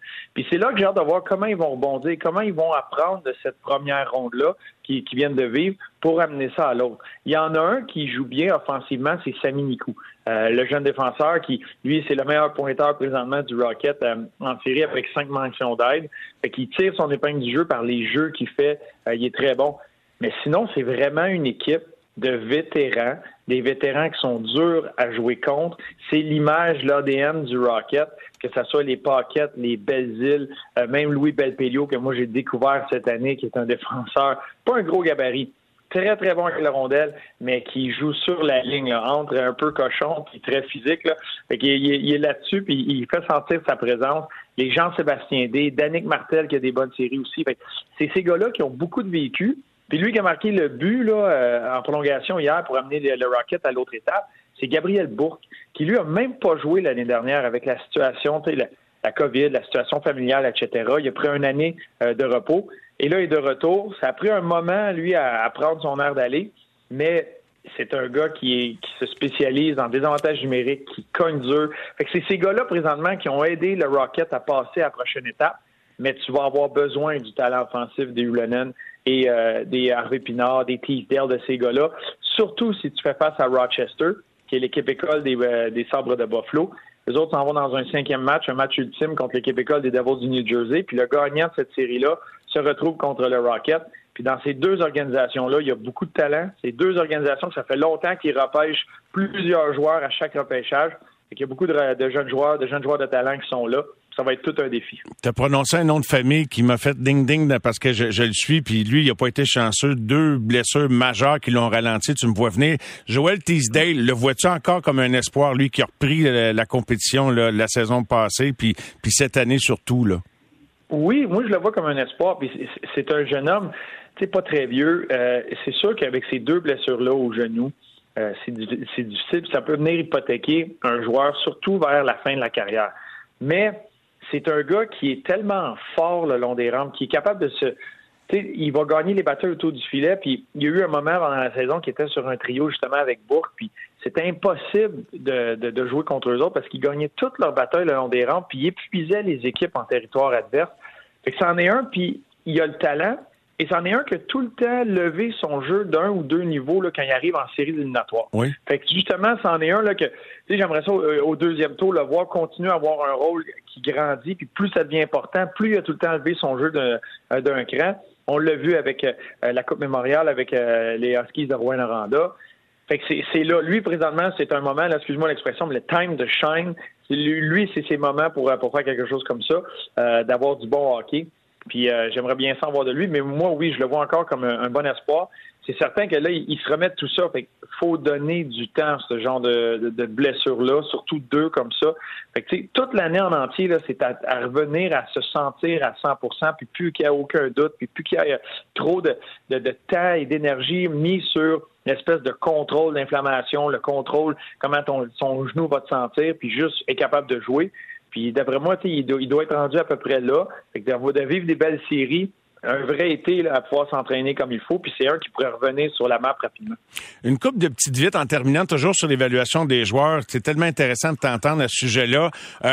Puis c'est là que j'ai hâte de voir comment ils vont rebondir, comment ils vont apprendre de cette première ronde-là qui viennent de vivre pour amener ça à l'autre. Il y en a un qui joue bien offensivement, c'est Sami Nikou, le jeune défenseur qui, lui, c'est le meilleur pointeur présentement du Rocket en série avec 5 mentions d'aide. Fait qu'il tire son épingle du jeu par les jeux qu'il fait. Il est très bon. Mais sinon, c'est vraiment une équipe de vétérans, des vétérans qui sont durs à jouer contre. C'est l'image, l'ADN du Rocket, que ce soit les Paquettes, les Belzile, même Louis Belpelio, que moi j'ai découvert cette année, qui est un défenseur, pas un gros gabarit, très très bon avec la rondelle, mais qui joue sur la ligne, là, entre un peu cochon puis très physique. Là. Fait qu'il il est là-dessus, puis il fait sentir sa présence. Les Jean-Sébastien D, Danick Martel qui a des bonnes séries aussi. Fait que c'est ces gars-là qui ont beaucoup de vécu. Puis lui qui a marqué le but là, en prolongation hier pour amener le Rocket à l'autre étape, c'est Gabriel Bourque, qui lui a même pas joué l'année dernière avec la situation, la COVID, la situation familiale, etc. Il a pris une année de repos. Et là, il est de retour. Ça a pris un moment, lui, à prendre son air d'aller, mais c'est un gars qui se spécialise dans des avantages numériques, qui cogne dur. Fait que c'est ces gars-là, présentement, qui ont aidé le Rocket à passer à la prochaine étape, mais tu vas avoir besoin du talent offensif des Ulonen et des Harvey Pinard, des Teasdale, de ces gars-là, surtout si tu fais face à Rochester, qui est l'équipe école des Sabres de Buffalo. Les autres s'en vont dans un 5e match, un match ultime contre l'équipe école des Devils du New Jersey. Puis le gagnant de cette série-là se retrouve contre le Rocket. Puis dans ces deux organisations-là, il y a beaucoup de talent. Ces deux organisations, ça fait longtemps qu'ils repêchent plusieurs joueurs à chaque repêchage. Il y a beaucoup de jeunes joueurs de talent qui sont là. Ça va être tout un défi. Tu as prononcé un nom de famille qui m'a fait ding-ding parce que je le suis, puis lui, il n'a pas été chanceux. 2 blessures majeures qui l'ont ralenti, tu me vois venir. Joel Teasdale, le vois-tu encore comme un espoir, lui qui a repris la compétition là, la saison passée, puis cette année surtout, là? Oui, moi je le vois comme un espoir, puis c'est un jeune homme, tu sais, pas très vieux. C'est sûr qu'avec ces 2 blessures-là au genou, c'est difficile, ça peut venir hypothéquer un joueur, surtout vers la fin de la carrière. Mais c'est un gars qui est tellement fort le long des rampes, qui est capable de se... Tu sais, il va gagner les batailles autour du filet, puis il y a eu un moment pendant la saison qui était sur un trio justement avec Bourque, puis c'était impossible de jouer contre eux autres parce qu'ils gagnaient toutes leurs batailles le long des rampes, puis ils épuisaient les équipes en territoire adverse. Fait que c'en est un, puis il a le talent, et c'en est un qui a tout le temps levé son jeu d'un ou 2 niveaux là, quand il arrive en séries éliminatoires. Oui. Fait que justement, c'en est un là que, tu sais, j'aimerais ça au 2e tour, le voir continuer à avoir un rôle qui grandit, puis plus ça devient important, plus il a tout le temps levé son jeu d'un cran. On l'a vu avec la Coupe Mémoriale, avec les Huskies de Rouyn-Noranda. Fait que c'est là, lui présentement, c'est un moment, là, excuse-moi l'expression, mais le time to shine. Lui, c'est ses moments pour faire quelque chose comme ça, d'avoir du bon hockey. Puis j'aimerais bien ça en voir de lui, mais moi, oui, je le vois encore comme un bon espoir. C'est certain que là, il se remet de tout ça. Fait qu'il faut donner du temps à ce genre de blessures-là, surtout 2 comme ça. Fait que, tu sais, toute l'année en entier, là, c'est à revenir à se sentir à 100%, puis plus qu'il y a aucun doute, puis plus qu'il y a trop de temps et d'énergie mis sur l'espèce de contrôle d'inflammation, le contrôle, comment son genou va te sentir, puis juste être capable de jouer. Puis d'après moi, il doit être rendu à peu près là. Fait que de vivre des belles séries, un vrai été là, à pouvoir s'entraîner comme il faut, puis c'est un qui pourrait revenir sur la map rapidement. Une couple de petites vites en terminant, toujours sur l'évaluation des joueurs. C'est tellement intéressant de t'entendre à ce sujet-là.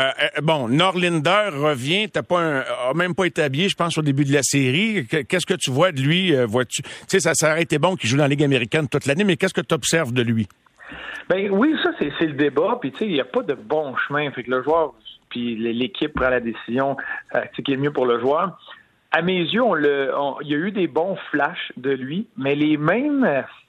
Norlinder revient, a même pas été habillé, je pense, au début de la série. Qu'est-ce que tu vois de lui? Vois-tu? Tu sais, ça aurait été bon qu'il joue dans la Ligue américaine toute l'année, mais qu'est-ce que tu observes de lui? Ben oui, ça, c'est le débat. Puis, tu sais, il n'y a pas de bon chemin. Fait que le joueur, puis l'équipe prend la décision qui est mieux pour le joueur. À mes yeux, il y a eu des bons flashs de lui, mais les mêmes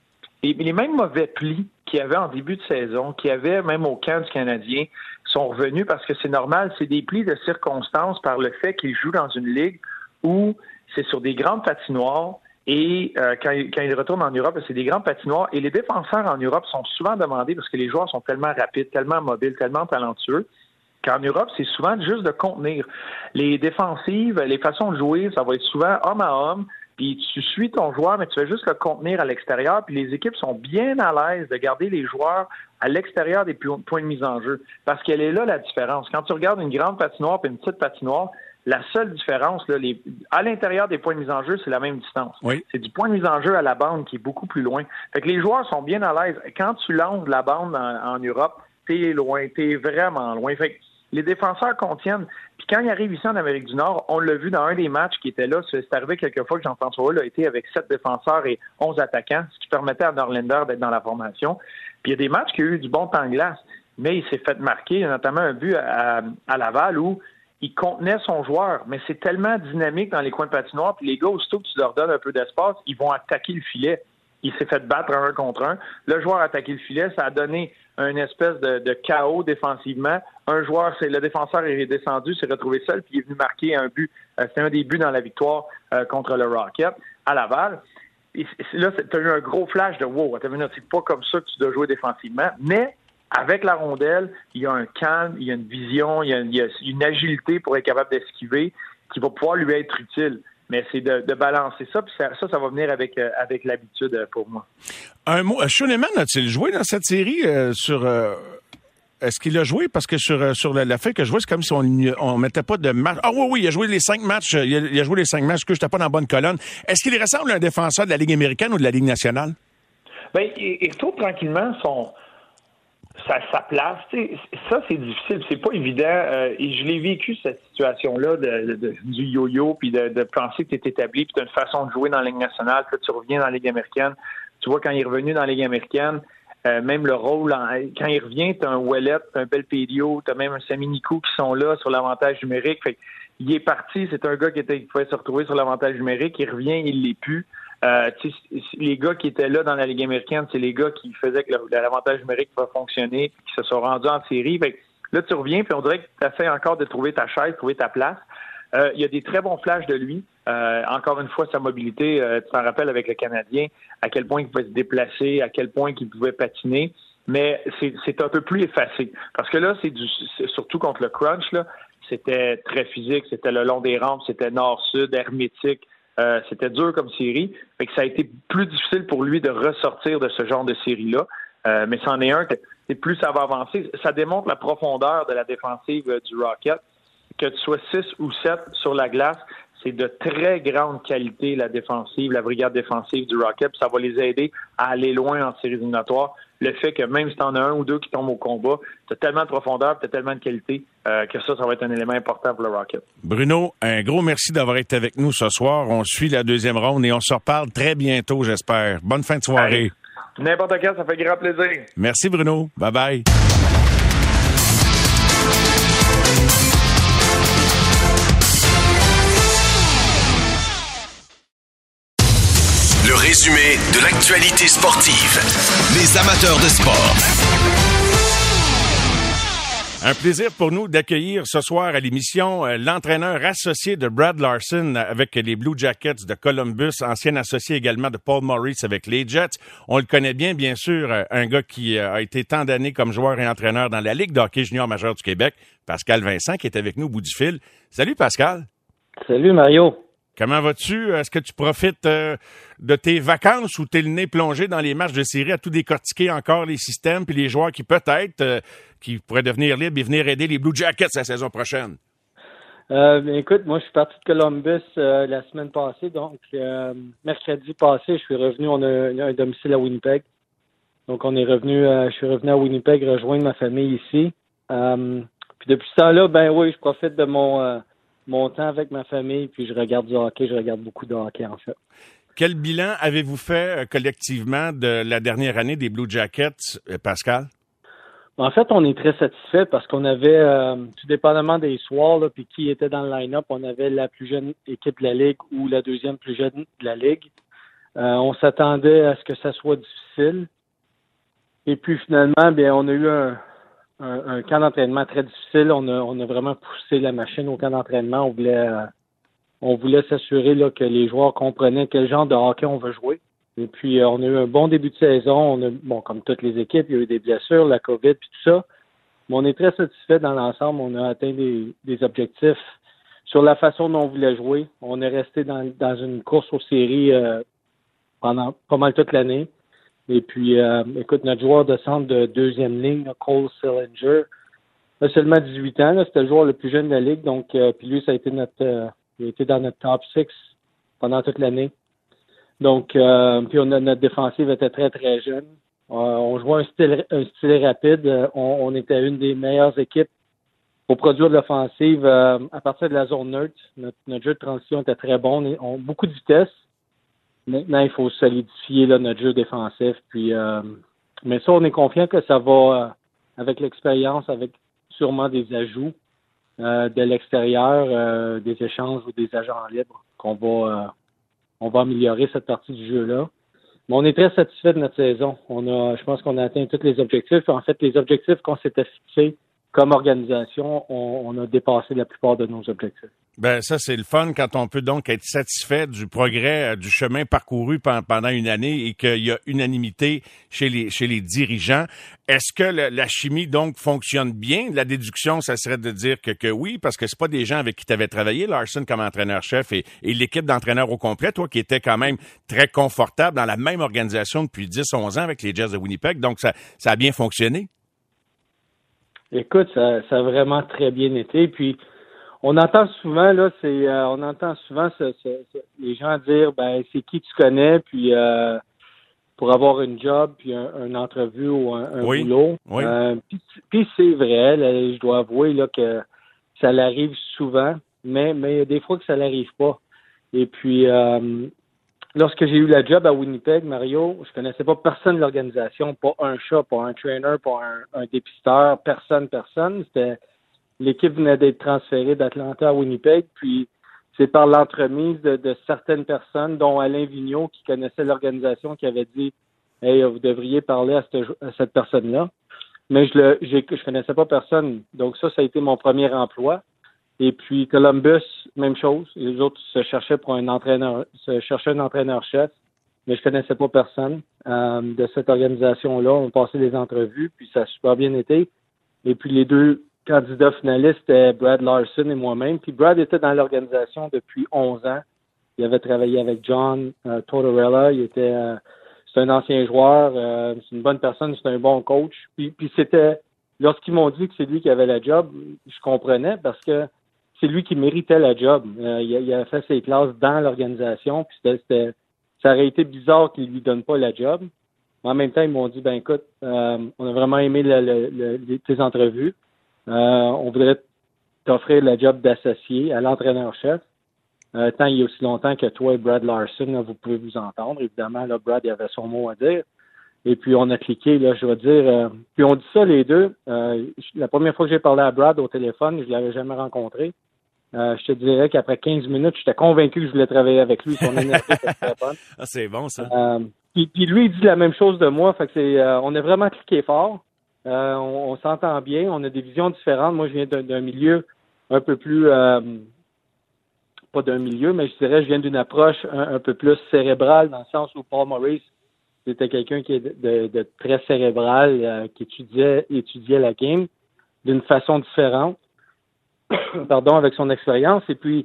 mauvais plis qu'il y avait en début de saison, qu'il y avait même au camp du Canadien, sont revenus parce que c'est normal, c'est des plis de circonstances par le fait qu'il joue dans une ligue où c'est sur des grandes patinoires et quand il retourne en Europe, c'est des grandes patinoires et les défenseurs en Europe sont souvent demandés parce que les joueurs sont tellement rapides, tellement mobiles, tellement talentueux. qu'en Europe, c'est souvent juste de contenir. Les défensives, les façons de jouer, ça va être souvent homme à homme, puis tu suis ton joueur, mais tu fais juste le contenir à l'extérieur, puis les équipes sont bien à l'aise de garder les joueurs à l'extérieur des points de mise en jeu, parce qu'elle est là la différence. Quand tu regardes une grande patinoire et une petite patinoire, la seule différence, là, à l'intérieur des points de mise en jeu, c'est la même distance. Oui. C'est du point de mise en jeu à la bande qui est beaucoup plus loin. Fait que les joueurs sont bien à l'aise. Quand tu lances la bande en Europe, t'es loin, t'es vraiment loin. Fait que les défenseurs contiennent. Puis quand il arrive ici en Amérique du Nord, on l'a vu dans un des matchs qui était là, c'est arrivé quelques fois que Jean-François Hull a été avec 7 défenseurs et 11 attaquants, ce qui permettait à Norlander d'être dans la formation. Puis il y a des matchs qui ont eu du bon temps de glace, mais il s'est fait marquer. Il y a notamment un but à Laval où il contenait son joueur, mais c'est tellement dynamique dans les coins de patinoire, puis les gars, aussitôt que tu leur donnes un peu d'espace, ils vont attaquer le filet. Il s'est fait battre un contre un. Le joueur a attaqué le filet, ça a donné une espèce de chaos défensivement. Le défenseur est descendu, s'est retrouvé seul, puis il est venu marquer un but. C'était un des buts dans la victoire contre le Rocket à Laval. Et là, tu as eu un gros flash de « wow, c'est pas comme ça que tu dois jouer défensivement », mais avec la rondelle, il y a un calme, il y a une vision, il y a une agilité pour être capable d'esquiver qui va pouvoir lui être utile. Mais c'est de balancer ça, puis ça va venir avec l'habitude pour moi. Un mot, Schoenemann a-t-il joué dans cette série est-ce qu'il a joué? Parce que sur la fait que je vois, c'est comme si on mettait pas de match. Ah oui, il a joué les 5 matchs. Il a joué les 5 matchs, que j'étais pas dans la bonne colonne. Est-ce qu'il ressemble à un défenseur de la Ligue américaine ou de la Ligue nationale? Bien, il retrouve tranquillement sa place. Ça, c'est difficile. C'est pas évident. Et je l'ai vécu, cette situation-là du yo-yo, puis de penser que tu es établi, puis tu as une façon de jouer dans la Ligue nationale, puis tu reviens dans la Ligue américaine. Tu vois, quand il est revenu dans la Ligue américaine, même le rôle, quand il revient, tu as un Ouellet, tu as un Belpedio, tu as même un Saminikou qui sont là sur l'avantage numérique. Fait il est parti, c'est un gars qui pouvait se retrouver sur l'avantage numérique. Il revient, il l'est plus. Les gars qui étaient là dans la Ligue américaine, c'est les gars qui faisaient que l'avantage numérique va fonctionner, qui se sont rendus en série. Fait que là, tu reviens, puis on dirait que tu as fait encore de trouver ta chaise, trouver ta place. Il y a des très bons flashs de lui. Encore une fois, sa mobilité, tu t'en rappelles avec le Canadien, à quel point il pouvait se déplacer, à quel point il pouvait patiner. Mais c'est un peu plus effacé. Parce que là, c'est surtout contre le crunch, là, c'était très physique, c'était le long des rampes, c'était nord-sud, hermétique. C'était dur comme série. Fait que ça a été plus difficile pour lui de ressortir de ce genre de série-là. Mais c'en est un que plus ça va avancer. Ça démontre la profondeur de la défensive du Rocket. Que tu sois 6 ou 7 sur la glace, c'est de très grande qualité la défensive, la brigade défensive du Rocket. Puis ça va les aider à aller loin en séries éliminatoires. Le fait que même si tu en as un ou deux qui tombent au combat, tu as tellement de profondeur, tu as tellement de qualité que ça va être un élément important pour le Rocket. Bruno, un gros merci d'avoir été avec nous ce soir. On suit la deuxième ronde et on se reparle très bientôt, j'espère. Bonne fin de soirée. Allez, n'importe quand, ça fait grand plaisir. Merci Bruno. Bye-bye. Le résumé de l'actualité sportive. Les amateurs de sport. Un plaisir pour nous d'accueillir ce soir à l'émission l'entraîneur associé de Brad Larson avec les Blue Jackets de Columbus, ancien associé également de Paul Maurice avec les Jets. On le connaît bien sûr, un gars qui a été tant d'années comme joueur et entraîneur dans la Ligue de hockey junior majeur du Québec, Pascal Vincent, qui est avec nous au bout du fil. Salut Pascal. Salut Mario. Comment vas-tu? Est-ce que tu profites de tes vacances ou t'es le nez plongé dans les matchs de série à tout décortiquer encore les systèmes puis les joueurs qui peut-être qui pourraient devenir libres et venir aider les Blue Jackets la saison prochaine? Écoute, moi je suis parti de Columbus la semaine passée, donc mercredi passé, je suis revenu, on a un domicile à Winnipeg. Donc je suis revenu à Winnipeg rejoindre ma famille ici. Puis depuis ce temps-là, je profite de mon temps avec ma famille, puis je regarde du hockey, je regarde beaucoup de hockey en fait. Quel bilan avez-vous fait collectivement de la dernière année des Blue Jackets, Pascal? En fait, on est très satisfait parce qu'on avait, tout dépendamment des soirs, là, puis qui était dans le line-up, on avait la plus jeune équipe de la Ligue ou la deuxième plus jeune de la Ligue. On s'attendait à ce que ça soit difficile. Et puis finalement, on a eu un camp d'entraînement très difficile. On a vraiment poussé la machine au camp d'entraînement. On voulait s'assurer là, que les joueurs comprenaient quel genre de hockey on veut jouer. Et puis, on a eu un bon début de saison. Comme toutes les équipes, il y a eu des blessures, la COVID, puis tout ça. Mais on est très satisfait dans l'ensemble. On a atteint des objectifs sur la façon dont on voulait jouer. On est resté dans une course aux séries pendant pas mal toute l'année. Et puis, écoute, notre joueur de centre de deuxième ligne, Cole Sillinger, a seulement 18 ans. Là, c'était le joueur le plus jeune de la Ligue. Donc, puis lui, ça a été il a été dans notre top 6 pendant toute l'année. Donc, puis notre défensive était très, très jeune. On jouait un style rapide. On était une des meilleures équipes pour produire de l'offensive à partir de la zone neutre. Notre jeu de transition était très bon. On a beaucoup de vitesse. Maintenant, il faut solidifier là, notre jeu défensif. Puis, mais ça, on est confiant que ça va, avec l'expérience, avec sûrement des ajouts de l'extérieur, des échanges ou des agents libres, qu'on va, on va améliorer cette partie du jeu-là. Mais on est très satisfait de notre saison. Je pense qu'on a atteint tous les objectifs. En fait, les objectifs qu'on s'était fixés comme organisation, on a dépassé la plupart de nos objectifs. Ben ça, c'est le fun quand on peut donc être satisfait du progrès, du chemin parcouru pendant une année et qu'il y a unanimité chez les dirigeants. Est-ce que la chimie, donc, fonctionne bien? La déduction, ça serait de dire que oui, parce que c'est pas des gens avec qui tu avais travaillé, Larson comme entraîneur-chef et l'équipe d'entraîneurs au complet, toi qui étais quand même très confortable dans la même organisation depuis 10-11 ans avec les Jets de Winnipeg. Donc, ça a bien fonctionné? Écoute, ça a vraiment très bien été. Puis, on entend souvent là, les gens dire, ben c'est qui tu connais, puis pour avoir une job, puis une entrevue ou un boulot. Oui. Puis c'est vrai, là, je dois avouer là que ça l'arrive souvent, mais il y a des fois que ça l'arrive pas. Et puis lorsque j'ai eu la job à Winnipeg, Mario, je connaissais pas personne de l'organisation, pas un chat, pas un trainer, pas un dépisteur, personne. L'équipe venait d'être transférée d'Atlanta à Winnipeg, puis c'est par l'entremise de certaines personnes, dont Alain Vigneault, qui connaissait l'organisation, qui avait dit « Hey, vous devriez parler à cette personne-là ». Mais je connaissais pas personne. Donc ça a été mon premier emploi. Et puis Columbus, même chose. Les autres se cherchaient un entraîneur-chef, mais je connaissais pas personne de cette organisation-là. On passait des entrevues, puis ça a super bien été. Et puis les deux candidats finalistes étaient Brad Larson et moi-même. Puis Brad était dans l'organisation depuis 11 ans. Il avait travaillé avec John Tortorella. C'est un ancien joueur. C'est une bonne personne. C'est un bon coach. Puis c'était, lorsqu'ils m'ont dit que c'est lui qui avait la job, je comprenais parce que c'est lui qui méritait la job. Il a fait ses classes dans l'organisation. Puis ça aurait été bizarre qu'il lui donne pas la job. Mais en même temps, ils m'ont dit, ben écoute, on a vraiment aimé tes entrevues. On voudrait t'offrir la job d'associé à l'entraîneur-chef. Tant il y a aussi longtemps que toi et Brad Larson, là, vous pouvez vous entendre. Évidemment, là, Brad il avait son mot à dire. Et puis, on a cliqué, là, je vais dire. Puis, on dit ça, les deux. La première fois que j'ai parlé à Brad au téléphone, je ne l'avais jamais rencontré. Je te dirais qu'après 15 minutes, j'étais convaincu que je voulais travailler avec lui. Son énergie était très bonne. Ah, c'est bon, ça. Puis lui, il dit la même chose de moi. Fait que on a vraiment cliqué fort. On s'entend bien, on a des visions différentes. Moi, je viens d'un milieu un peu plus, pas d'un milieu, mais je viens d'une approche un peu plus cérébrale, dans le sens où Paul Maurice, c'était quelqu'un qui est de très cérébral, qui étudiait la game d'une façon différente, pardon, avec son expérience. Et puis,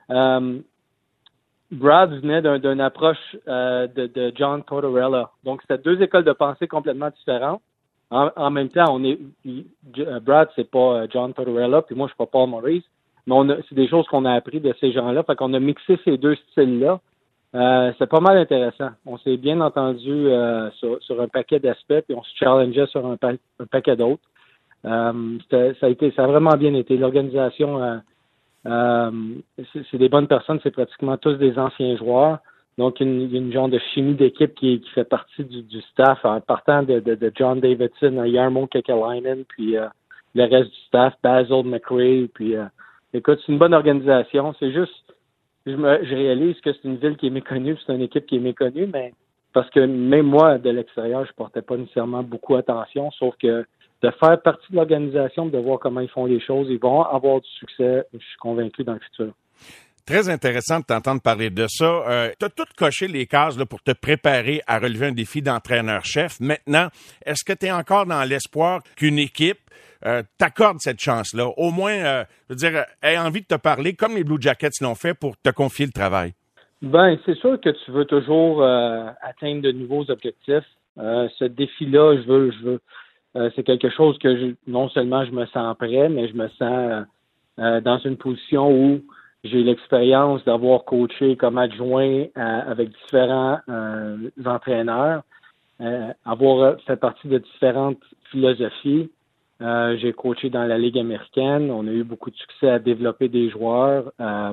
Brad venait d'une approche de John Tortorella. Donc, c'était deux écoles de pensée complètement différentes. En même temps, Brad, c'est pas John Tortorella, puis moi, je suis pas Paul Maurice, mais c'est des choses qu'on a appris de ces gens-là. Fait qu'on a mixé ces deux styles-là. C'est pas mal intéressant. On s'est bien entendu sur un paquet d'aspects, puis on se challengeait sur un paquet d'autres. Ça a vraiment bien été. L'organisation, c'est des bonnes personnes, c'est pratiquement tous des anciens joueurs. Donc, il y a une genre de chimie d'équipe qui fait partie du staff, en partant de John Davidson à Jarmo Kekalainen, puis le reste du staff, Basil McRae, puis écoute, c'est une bonne organisation. C'est juste, je réalise que c'est une ville qui est méconnue, c'est une équipe qui est méconnue, mais parce que même moi, de l'extérieur, je portais pas nécessairement beaucoup attention, sauf que de faire partie de l'organisation, de voir comment ils font les choses, ils vont avoir du succès, je suis convaincu, dans le futur. Très intéressant de t'entendre parler de ça. Tu as tout coché les cases là, pour te préparer à relever un défi d'entraîneur-chef. Maintenant, est-ce que tu es encore dans l'espoir qu'une équipe t'accorde cette chance-là? Au moins, je veux dire, ait envie de te parler comme les Blue Jackets l'ont fait pour te confier le travail. Ben, c'est sûr que tu veux toujours atteindre de nouveaux objectifs. Ce défi-là, je veux c'est quelque chose que non seulement je me sens prêt, mais je me sens dans une position où j'ai l'expérience d'avoir coaché comme adjoint avec différents entraîneurs, avoir fait partie de différentes philosophies. J'ai coaché dans la Ligue américaine. On a eu beaucoup de succès à développer des joueurs.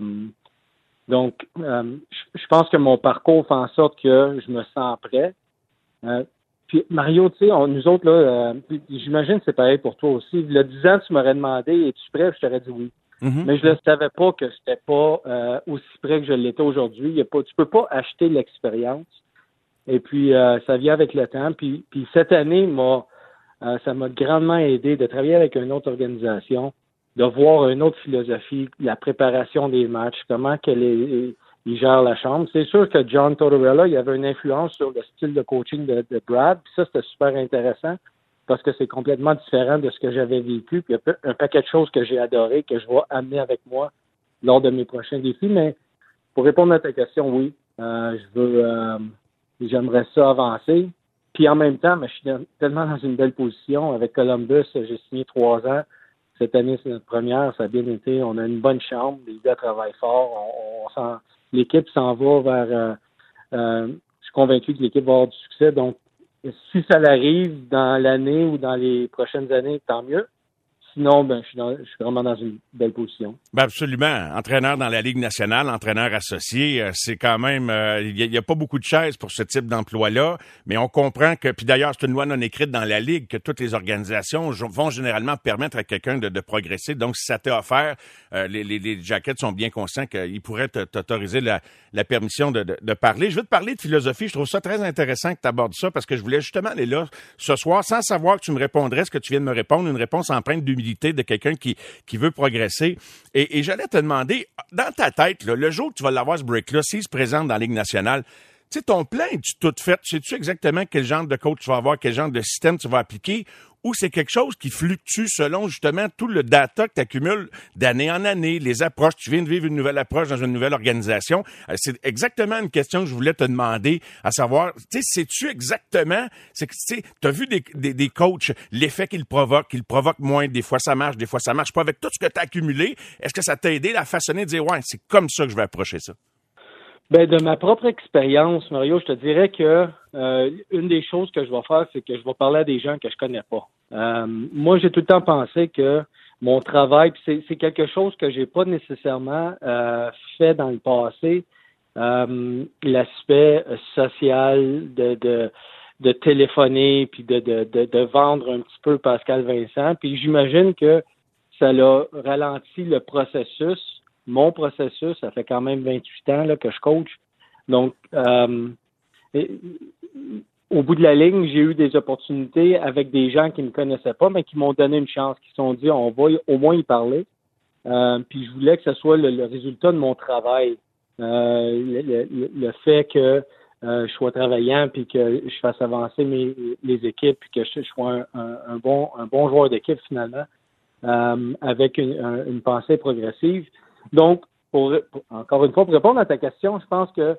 Donc, je pense que mon parcours fait en sorte que je me sens prêt. Puis, Mario, tu sais, nous autres, là, j'imagine que c'est pareil pour toi aussi. Il y a 10 ans, tu m'aurais demandé, es-tu prêt? Je t'aurais dit oui. Mm-hmm. Mais je ne savais pas que c'était pas aussi près que je l'étais aujourd'hui. Tu peux pas acheter l'expérience. Et puis, ça vient avec le temps. Puis cette année, ça m'a grandement aidé de travailler avec une autre organisation, de voir une autre philosophie, la préparation des matchs, comment il gère la chambre. C'est sûr que John Tortorella, il avait une influence sur le style de coaching de Brad. Puis ça, c'était super intéressant parce que c'est complètement différent de ce que j'avais vécu. Puis il y a un paquet de choses que j'ai adoré, que je vais amener avec moi lors de mes prochains défis. Mais pour répondre à ta question, oui, j'aimerais ça avancer. Puis en même temps, je suis tellement dans une belle position. Avec Columbus, j'ai signé 3 ans. Cette année, c'est notre première. Ça a bien été. On a une bonne chambre. Les gars travaillent fort. L'équipe s'en va vers... je suis convaincu que l'équipe va avoir du succès. Donc, si ça l'arrive dans l'année ou dans les prochaines années, tant mieux. Sinon, je suis vraiment dans une belle position. Ben absolument. Entraîneur dans la Ligue nationale, entraîneur associé, c'est quand même... Il y a pas beaucoup de chaises pour ce type d'emploi-là, mais on comprend que... Puis d'ailleurs, c'est une loi non écrite dans la Ligue que toutes les organisations vont généralement permettre à quelqu'un de progresser. Donc, si ça t'est offert, les Jackets sont bien conscients qu'ils pourraient t'autoriser la permission de parler. Je veux te parler de philosophie. Je trouve ça très intéressant que tu abordes ça parce que je voulais justement aller là ce soir sans savoir que tu me répondrais ce que tu viens de me répondre, une réponse empreinte d'humilité de quelqu'un qui veut progresser. Et j'allais te demander, dans ta tête, là, le jour que tu vas l'avoir ce break-là, s'il se présente dans la Ligue nationale, tu sais, ton plan, es-tu tout fait? Sais-tu exactement quel genre de coach tu vas avoir, quel genre de système tu vas appliquer? Ou c'est quelque chose qui fluctue selon justement tout le data que tu accumules d'année en année, les approches. Tu viens de vivre une nouvelle approche dans une nouvelle organisation. C'est exactement une question que je voulais te demander, à savoir, tu sais, sais-tu exactement, c'est que tu sais, t'as vu des coachs, l'effet qu'ils provoquent moins, des fois ça marche pas. Avec tout ce que tu as accumulé, est-ce que ça t'a aidé à façonner, de dire, ouais, c'est comme ça que je vais approcher ça? De ma propre expérience, Mario, je te dirais que une des choses que je vais faire, c'est que je vais parler à des gens que je connais pas. Moi, j'ai tout le temps pensé que mon travail, c'est quelque chose que j'ai pas nécessairement fait dans le passé. L'aspect social de téléphoner puis de vendre un petit peu Pascal Vincent. Puis j'imagine que ça l'a ralenti le processus. Mon processus, ça fait quand même 28 ans là, que je coach. Donc, au bout de la ligne, j'ai eu des opportunités avec des gens qui ne me connaissaient pas, mais qui m'ont donné une chance, qui se sont dit, on va au moins y parler. Puis je voulais que ce soit le résultat de mon travail. Le fait que je sois travaillant, puis que je fasse avancer les équipes, puis que je sois un bon joueur d'équipe finalement, avec une pensée progressive. Donc, encore une fois, pour répondre à ta question, je pense que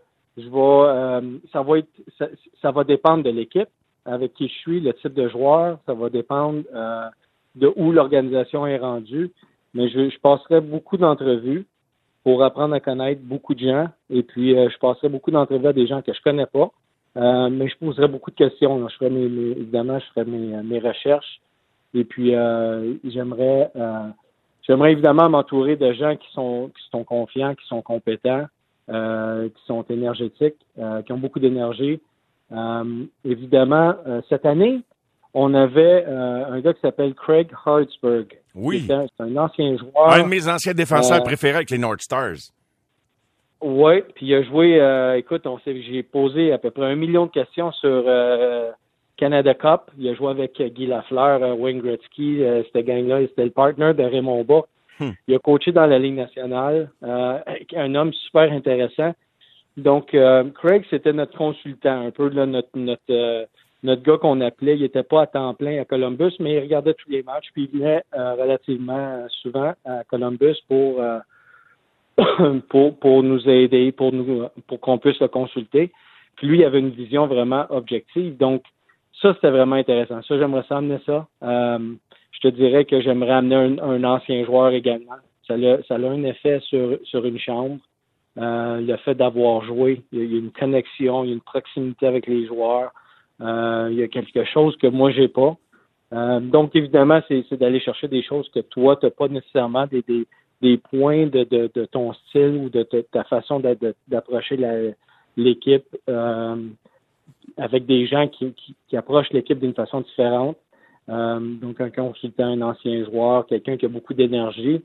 ça va dépendre de l'équipe avec qui je suis, le type de joueur, ça va dépendre de où l'organisation est rendue. Mais je passerai beaucoup d'entrevues pour apprendre à connaître beaucoup de gens. Et puis, je passerai beaucoup d'entrevues à des gens que je connais pas. Mais je poserai beaucoup de questions. Là. Évidemment, je ferai mes recherches. Et puis, j'aimerais évidemment m'entourer de gens qui sont confiants, qui sont compétents, qui sont énergétiques, qui ont beaucoup d'énergie. Évidemment, cette année, on avait un gars qui s'appelle Craig Hartsburg. Oui. C'est un ancien joueur. Un de mes anciens défenseurs préférés avec les North Stars. Oui, puis il a joué, j'ai posé à peu près 1 million de questions sur Canada Cup. Il a joué avec Guy Lafleur, Wayne Gretzky, cette gang-là. C'était le partner de Raymond Bas. Il a coaché dans la Ligue nationale. Un homme super intéressant. Donc, Craig, c'était notre consultant, un peu là, notre gars qu'on appelait. Il n'était pas à temps plein à Columbus, mais il regardait tous les matchs. Puis il venait relativement souvent à Columbus pour nous aider, pour qu'on puisse le consulter. Puis lui, il avait une vision vraiment objective. Donc, ça, c'était vraiment intéressant. Ça, j'aimerais ça amener ça. Je te dirais que j'aimerais amener un ancien joueur également. Ça a un effet sur une chambre. Le fait d'avoir joué, il y a une connexion, il y a une proximité avec les joueurs. Il y a quelque chose que moi, j'ai pas. Donc, évidemment, c'est d'aller chercher des choses que toi, tu n'as pas nécessairement des points de ton style ou de ta façon d'approcher l'équipe avec des gens qui approchent l'équipe d'une façon différente. Donc, un consultant, un ancien joueur, quelqu'un qui a beaucoup d'énergie.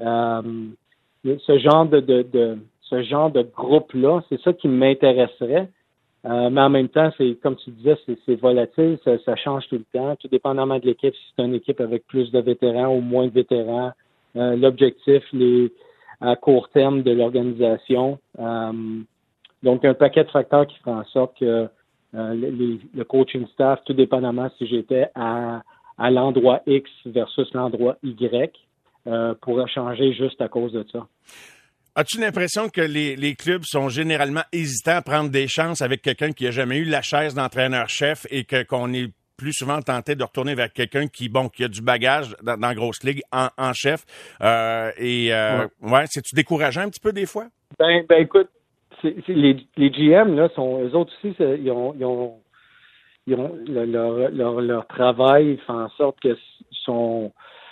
Ce genre de groupe-là, c'est ça qui m'intéresserait. Mais en même temps, c'est comme tu disais, c'est volatile, ça change tout le temps, tout dépendamment de l'équipe. Si c'est une équipe avec plus de vétérans ou moins de vétérans, l'objectif à court terme de l'organisation. Donc, un paquet de facteurs qui font en sorte que le coaching staff, tout dépendamment si j'étais à l'endroit X versus l'endroit Y, pourrait changer juste à cause de ça. As-tu l'impression que les clubs sont généralement hésitants à prendre des chances avec quelqu'un qui n'a jamais eu la chaise d'entraîneur-chef et qu'on est plus souvent tenté de retourner vers quelqu'un qui a du bagage dans la grosse ligue en chef? C'est-tu décourageant un petit peu des fois? Ben écoute, les GM, là, eux autres aussi, ils ont leur travail fait en sorte que sont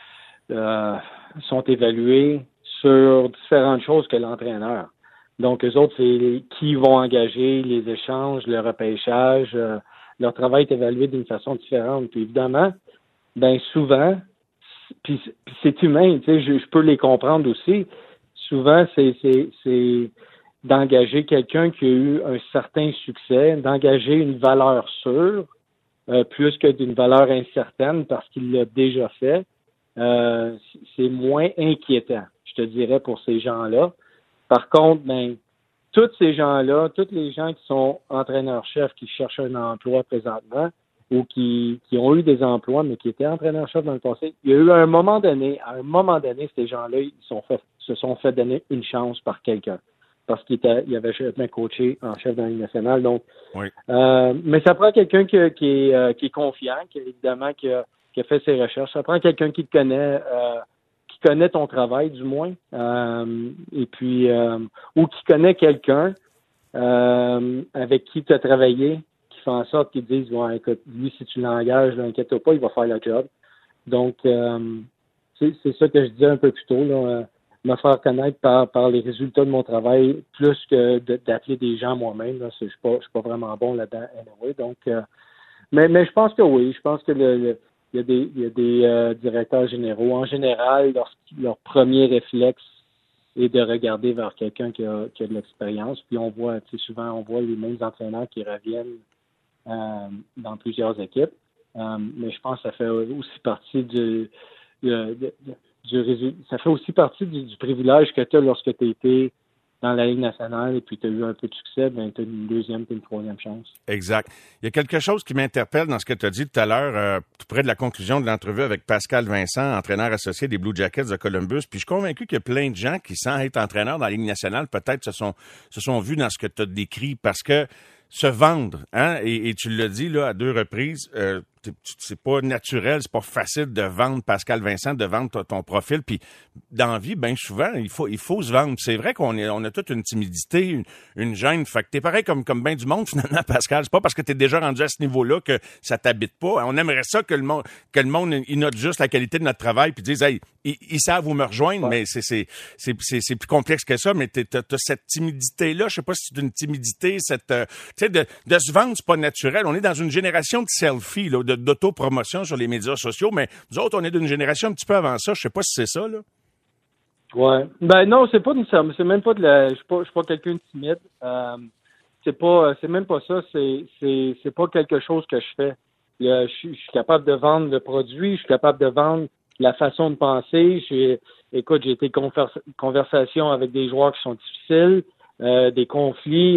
évalués sur différentes choses que l'entraîneur. Donc, eux autres, c'est qui vont engager, les échanges, le repêchage. Leur travail est évalué d'une façon différente. Puis évidemment, souvent, puis c'est humain, tu sais, je peux les comprendre aussi. Souvent, c'est d'engager quelqu'un qui a eu un certain succès, d'engager une valeur sûre, plus que d'une valeur incertaine parce qu'il l'a déjà fait. C'est moins inquiétant, je te dirais, pour ces gens-là. Par contre, tous ces gens-là, tous les gens qui sont entraîneurs-chefs, qui cherchent un emploi présentement ou qui ont eu des emplois, mais qui étaient entraîneurs-chefs dans le passé, il y a eu à un moment donné, ces gens-là, se sont fait donner une chance par quelqu'un parce qu'il avait jamais coaché en chef dans la Ligue nationale. Donc, oui. Mais ça prend quelqu'un qui est confiant, qui a fait ses recherches. Ça prend quelqu'un qui te connaît, qui connaît ton travail, du moins, et puis ou qui connaît quelqu'un avec qui tu as travaillé, qui fait en sorte qu'ils disent ouais, écoute, lui, si tu l'engages, inquiète-toi pas, il va faire le job. Donc, c'est ça que je disais un peu plus tôt, là, me faire connaître par les résultats de mon travail, plus que d'appeler des gens moi-même. Là, je suis pas vraiment bon là-dedans anyway. Donc, mais je pense que oui, je pense que il y a des directeurs généraux. En général, leur premier réflexe est de regarder vers quelqu'un qui a de l'expérience. Puis on voit les mêmes entraîneurs qui reviennent dans plusieurs équipes. Mais je pense que ça fait aussi partie ça fait aussi partie du privilège que tu as lorsque tu as été dans la Ligue nationale et puis tu as eu un peu de succès, tu as une deuxième puis une troisième chance. Exact. Il y a quelque chose qui m'interpelle dans ce que tu as dit tout à l'heure, tout près de la conclusion de l'entrevue avec Pascal Vincent, entraîneur associé des Blue Jackets de Columbus. Puis je suis convaincu qu'il y a plein de gens qui, sans être entraîneurs dans la Ligue nationale, peut-être se sont vus dans ce que tu as décrit parce que se vendre, hein, et tu l'as dit là à 2 reprises, c'est pas naturel, c'est pas facile de vendre Pascal Vincent, de vendre ton profil. Puis dans la vie, bien souvent, il faut se vendre. C'est vrai qu'on a toute une timidité, une gêne. Fait que t'es pareil comme bien du monde finalement, Pascal. C'est pas parce que t'es déjà rendu à ce niveau-là que ça t'habite pas. On aimerait ça que le monde il note juste la qualité de notre travail puis dise hey, ils savent où me rejoindre, ouais. Mais c'est plus complexe que ça. Mais t'as cette timidité-là. Je sais pas si c'est une timidité, tu sais, de se vendre, c'est pas naturel. On est dans une génération de selfies, là, d'autopromotion sur les médias sociaux, mais nous autres, on est d'une génération un petit peu avant ça. Je sais pas si c'est ça, là. Ouais. Non, c'est pas nécessairement. C'est même pas je suis pas quelqu'un de timide. C'est même pas ça. C'est pas quelque chose que je fais. Je suis capable de vendre le produit, je suis capable de vendre la façon de penser. J'ai été conversation avec des joueurs qui sont difficiles, des conflits.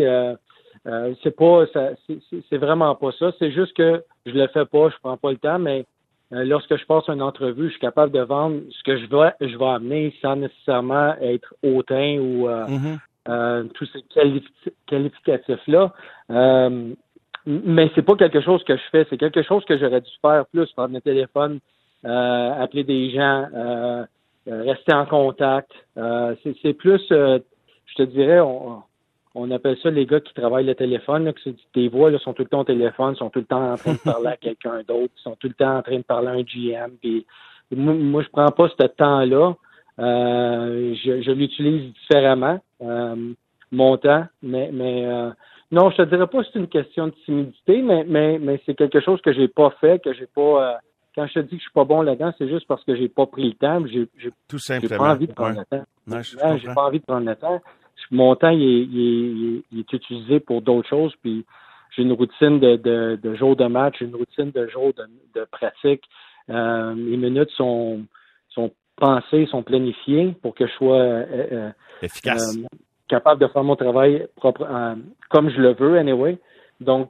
C'est vraiment pas ça. C'est juste que je le fais pas, je prends pas le temps, mais lorsque je passe une entrevue, je suis capable de vendre ce que je vais amener sans nécessairement être hautain ou tous ces qualificatifs-là. Mais c'est pas quelque chose que je fais, c'est quelque chose que j'aurais dû faire plus, prendre le téléphone, appeler des gens, rester en contact. C'est plus, je te dirais, on appelle ça les gars qui travaillent le téléphone, là, que tes voix là, sont tout le temps au téléphone, sont tout le temps en train de parler à quelqu'un d'autre, sont tout le temps en train de parler à un GM. Puis moi, je prends pas ce temps-là. Je l'utilise différemment, mon temps, mais non, je te dirais pas que c'est une question de timidité, mais c'est quelque chose que j'ai pas fait, que j'ai pas. Quand je te dis que je suis pas bon là-dedans, c'est juste parce que j'ai pas pris le temps. Tout simplement. J'ai pas envie de prendre le temps. Ouais, j'ai pas envie de prendre le temps. Mon temps, il est utilisé pour d'autres choses. Puis j'ai une routine de jours de match, une routine de jours de pratique. Les minutes sont pensées, sont planifiées pour que je sois efficace, capable de faire mon travail propre, comme je le veux, anyway. Donc,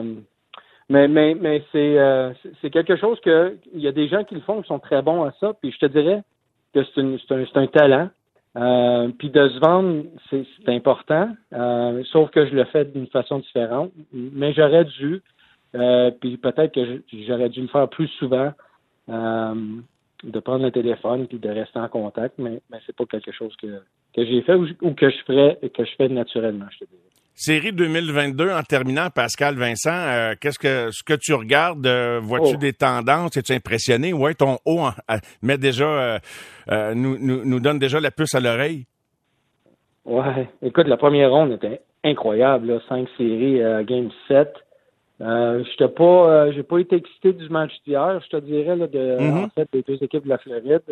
mais c'est quelque chose que il y a des gens qui le font, qui sont très bons à ça. Puis je te dirais que c'est un talent. Puis de se vendre, c'est important. Sauf que je le fais d'une façon différente. Mais j'aurais dû, puis peut-être que j'aurais dû le faire plus souvent, de prendre le téléphone puis de rester en contact. Mais c'est pas quelque chose que j'ai fait ou que je fais naturellement, je te dirais. Série 2022, en terminant, Pascal Vincent, ce que tu regardes, vois-tu des tendances? Es-tu impressionné? Ouais, ton haut met déjà, nous donne déjà la puce à l'oreille. Ouais, écoute, la première ronde était incroyable, là, 5 séries, game 7. J'ai pas été excité du match d'hier, je te dirais, là, en fait, des deux équipes de la Floride.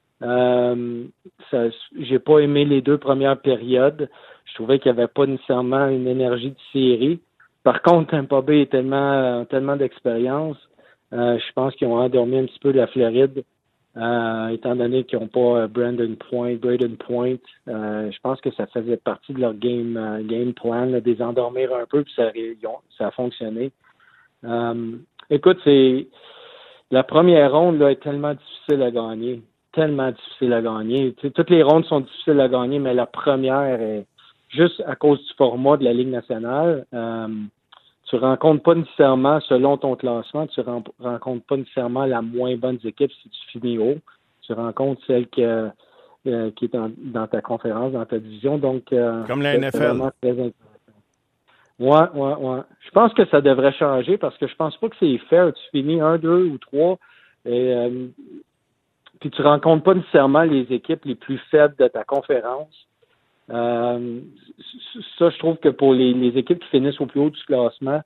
J'ai pas aimé les 2 premières périodes. Je trouvais qu'il n'y avait pas nécessairement une énergie de série. Par contre, Tampa Bay est tellement d'expérience. Je pense qu'ils ont endormi un petit peu la Floride, étant donné qu'ils n'ont pas Braden Point. Je pense que ça faisait partie de leur game plan, là, de les endormir un peu, puis ça a fonctionné. Écoute, la première ronde là, est tellement difficile à gagner. Tellement difficile à gagner. Tu sais, toutes les rondes sont difficiles à gagner, mais la première est juste à cause du format de la Ligue nationale. Tu rencontres pas nécessairement, selon ton classement, tu rencontres pas nécessairement la moins bonne équipe si tu finis haut. Tu rencontres celle qui est dans ta conférence, dans ta division. Donc, comme la NFL. C'est vraiment très intéressant. Ouais. Je pense que ça devrait changer parce que je pense pas que c'est fair. Tu finis 1, 2 ou 3 et puis tu rencontres pas nécessairement les équipes les plus faibles de ta conférence. Ça, je trouve que pour les équipes qui finissent au plus haut du classement,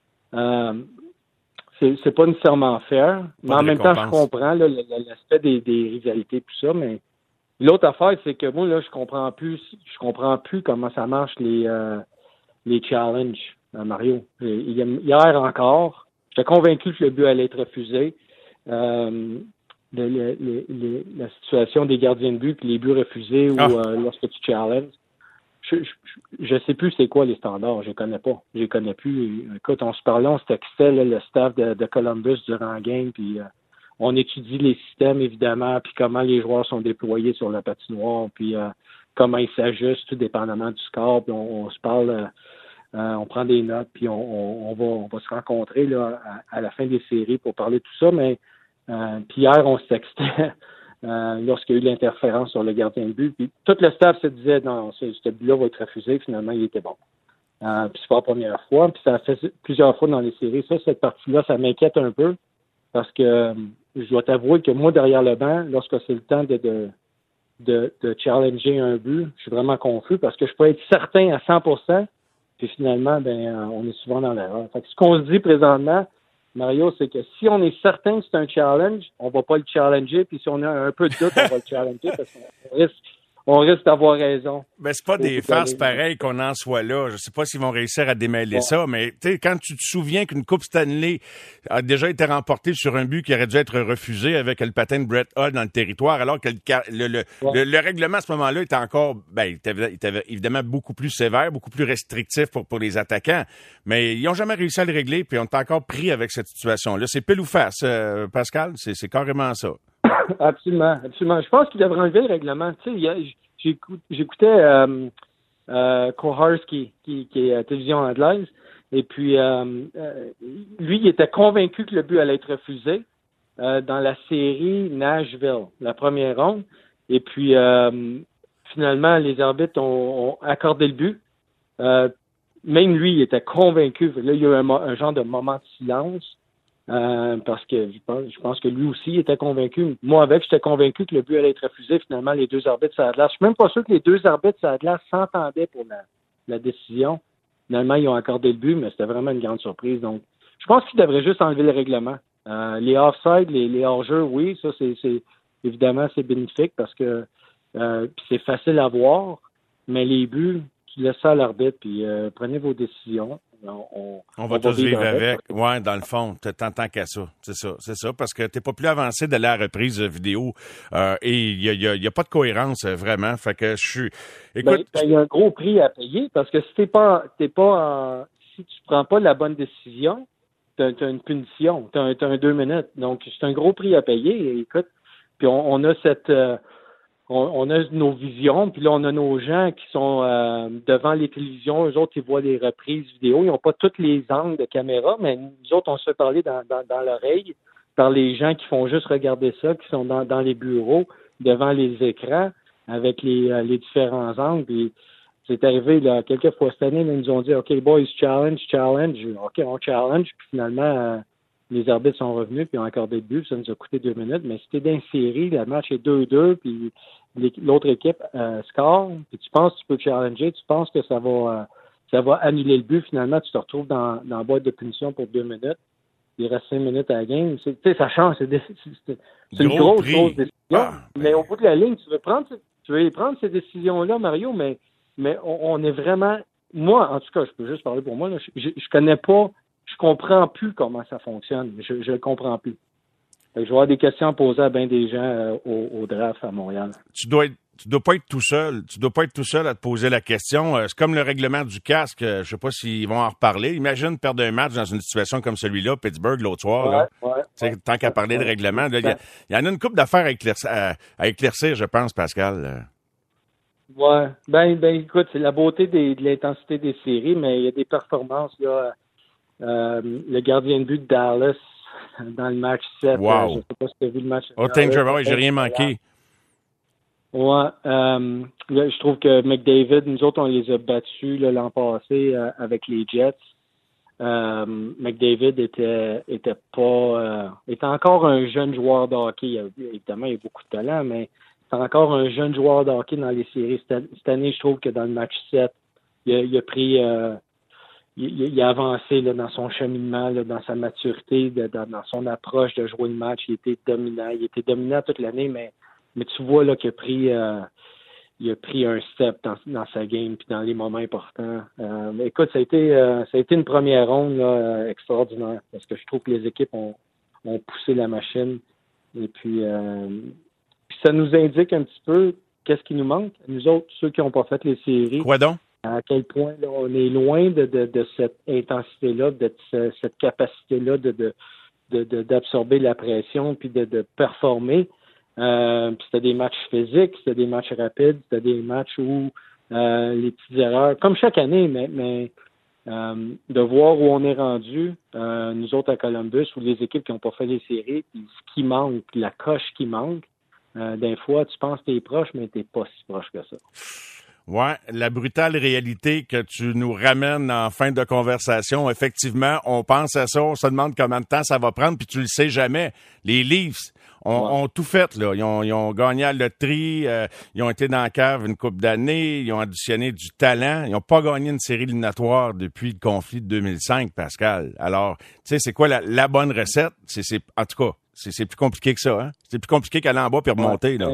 c'est pas nécessairement fair. Mais en même temps, je comprends là, l'aspect des rivalités tout ça, mais l'autre affaire, c'est que moi, là, je comprends plus comment ça marche les challenges, Mario. Hier encore, j'étais convaincu que le but allait être refusé. La situation des gardiens de but puis les buts refusés ou lorsque tu challenges. Je sais plus c'est quoi les standards, je les connais pas. Je les connais plus. Écoute, on se parlait, on se textait là, le staff de Columbus durant le game, puis on étudie les systèmes évidemment, puis comment les joueurs sont déployés sur la patinoire, puis comment ils s'ajustent tout dépendamment du score, puis on se parle, on prend des notes, puis on va se rencontrer là à la fin des séries pour parler de tout ça, mais puis hier, on se textait lorsqu'il y a eu l'interférence sur le gardien de but. Puis tout le staff se disait, non, ce but-là va être refusé. Finalement, il était bon. Puis c'est pas la première fois. Puis ça a fait plusieurs fois dans les séries. Cette partie-là, ça m'inquiète un peu parce que je dois t'avouer que moi, derrière le banc, lorsque c'est le temps de challenger un but, je suis vraiment confus parce que je peux être certain à 100%. Puis finalement, on est souvent dans l'erreur. Fait que ce qu'on se dit présentement, Mario, c'est que si on est certain que c'est un challenge, on va pas le challenger, puis si on a un peu de doute, on va le challenger parce qu'on risque d'avoir raison. Ben, c'est pas des farces pareilles qu'on en soit là. Je sais pas s'ils vont réussir à démêler ça, mais tu sais, quand tu te souviens qu'une Coupe Stanley a déjà été remportée sur un but qui aurait dû être refusé avec le patin de Brett Hull dans le territoire, alors que le règlement à ce moment-là était encore, il était évidemment beaucoup plus sévère, beaucoup plus restrictif pour les attaquants, mais ils ont jamais réussi à le régler, puis on est encore pris avec cette situation-là. C'est pile ou face, Pascal, c'est carrément ça. Absolument. Je pense qu'il devrait enlever le règlement. Tu sais, j'écoutais Koharski, qui est à télévision anglaise, et puis lui, il était convaincu que le but allait être refusé dans la série Nashville, la première ronde. Et puis finalement, les arbitres ont accordé le but. même lui, il était convaincu. Là, il y a eu un genre de moment de silence. Parce que je pense que lui aussi était convaincu. Moi, j'étais convaincu que le but allait être refusé. Finalement, les deux arbitres sur la glace. Je suis même pas sûr que les deux arbitres sur la glace s'entendaient pour la décision. Finalement, ils ont accordé le but, mais c'était vraiment une grande surprise. Donc, je pense qu'ils devraient juste enlever le règlement. Les offside, les hors-jeux, oui, ça, c'est évidemment, c'est bénéfique parce que c'est facile à voir, mais les buts, tu laisses ça à l'arbitre, puis prenez vos décisions. On va tous vivre avec. Ouais, dans le fond, t'entends qu'à ça. C'est ça. Parce que t'es pas plus avancé de la reprise vidéo et il y a pas de cohérence vraiment. Fait que je suis. Écoute, il y a un gros prix à payer parce que si si tu prends pas la bonne décision, t'as une punition. T'as un 2 minutes. Donc c'est un gros prix à payer. Et écoute, puis on a cette on a nos visions, puis là, on a nos gens qui sont devant les télévisions. Eux autres, ils voient les reprises vidéo. Ils n'ont pas tous les angles de caméra, mais nous autres, on se fait parler dans l'oreille par les gens qui font juste regarder ça, qui sont dans les bureaux, devant les écrans, avec les différents angles. Puis c'est arrivé là quelques fois cette année, ils nous ont dit « OK, boys, challenge. » OK, on challenge. Puis finalement, les arbitres sont revenus, puis ont accordé le but. Ça nous a coûté 2 minutes. Mais si t'es dans une série, le match est 2-2, puis l'autre équipe score, puis tu penses que tu peux challenger, tu penses que ça va annuler le but. Finalement, tu te retrouves dans la boîte de punition pour 2 minutes. Il reste 5 minutes à la game. Tu sais, ça change. C'est une grosse décision. Mais au bout de la ligne, tu veux prendre ces décisions-là, Mario, mais on est vraiment... Moi, en tout cas, je peux juste parler pour moi. Là, je connais pas... Je comprends plus comment ça fonctionne. Je le comprends plus. Fait que je vais avoir des questions à poser à bien des gens au draft à Montréal. Tu dois pas être tout seul. Tu dois pas être tout seul à te poser la question. C'est comme le règlement du casque. Je sais pas s'ils vont en reparler. Imagine perdre un match dans une situation comme celui-là, Pittsburgh, l'autre soir. Tant qu'à parler de règlement, il y en a une couple d'affaires à éclaircir, je pense, Pascal. Ouais. Ben, écoute, c'est la beauté de l'intensité des séries, mais il y a des performances, là. Le gardien de but de Dallas dans le match 7. Wow. Je ne sais pas si tu as vu le match. Tanger, j'ai rien manqué. Ouais. Je trouve que McDavid, nous autres, on les a battus l'an passé avec les Jets. McDavid était encore un jeune joueur de hockey. Évidemment, il a beaucoup de talent, mais c'est encore un jeune joueur de hockey dans les séries. Cette année, je trouve que dans le match 7, il a pris... Il a avancé là, dans son cheminement, là, dans sa maturité, dans son approche de jouer le match. Il était dominant. Il était dominant toute l'année, mais tu vois là qu'il a pris un step dans sa game puis dans les moments importants. Écoute, ça a été une première ronde là, extraordinaire parce que je trouve que les équipes ont poussé la machine. Et puis ça nous indique un petit peu qu'est-ce qui nous manque. Nous autres, ceux qui n'ont pas fait les séries. Quoi donc? À quel point là, on est loin de cette intensité-là, de cette capacité-là d'absorber la pression puis de performer. Puis c'était des matchs physiques, c'était des matchs rapides, c'était des matchs où les petites erreurs, comme chaque année, mais de voir où on est rendu, nous autres à Columbus, ou les équipes qui n'ont pas fait les séries, puis ce qui manque, puis la coche qui manque, des fois, tu penses que t'es proche, mais t'es pas si proche que ça. Ouais, la brutale réalité que tu nous ramènes en fin de conversation. Effectivement, on pense à ça, on se demande combien de temps ça va prendre, puis tu le sais jamais. Les Leafs ont tout fait, là. Ils ont gagné à la loterie, ils ont été dans la cave une couple d'années, ils ont additionné du talent. Ils n'ont pas gagné une série éliminatoire depuis le conflit de 2005, Pascal. Alors, tu sais, c'est quoi la bonne recette? En tout cas, c'est plus compliqué que ça, hein? C'est plus compliqué qu'aller en bas puis remonter, là.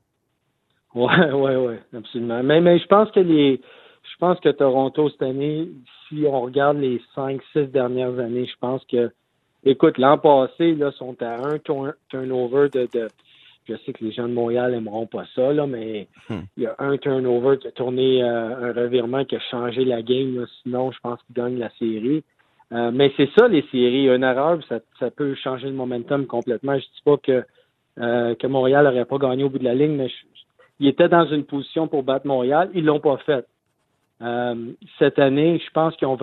Ouais, absolument. Mais je pense que Toronto cette année, si on regarde les 5-6 dernières années, je pense que, écoute, l'an passé, là, sont à un turnover de je sais que les gens de Montréal aimeront pas ça, là, mais il y a un turnover qui a tourné un revirement qui a changé la game, là, sinon je pense qu'ils gagnent la série. Mais c'est ça, les séries. Une erreur, ça peut changer le momentum complètement. Je dis pas que Montréal n'aurait pas gagné au bout de la ligne, mais ils étaient dans une position pour battre Montréal. Ils l'ont pas fait. Cette année, je pense qu'ils ont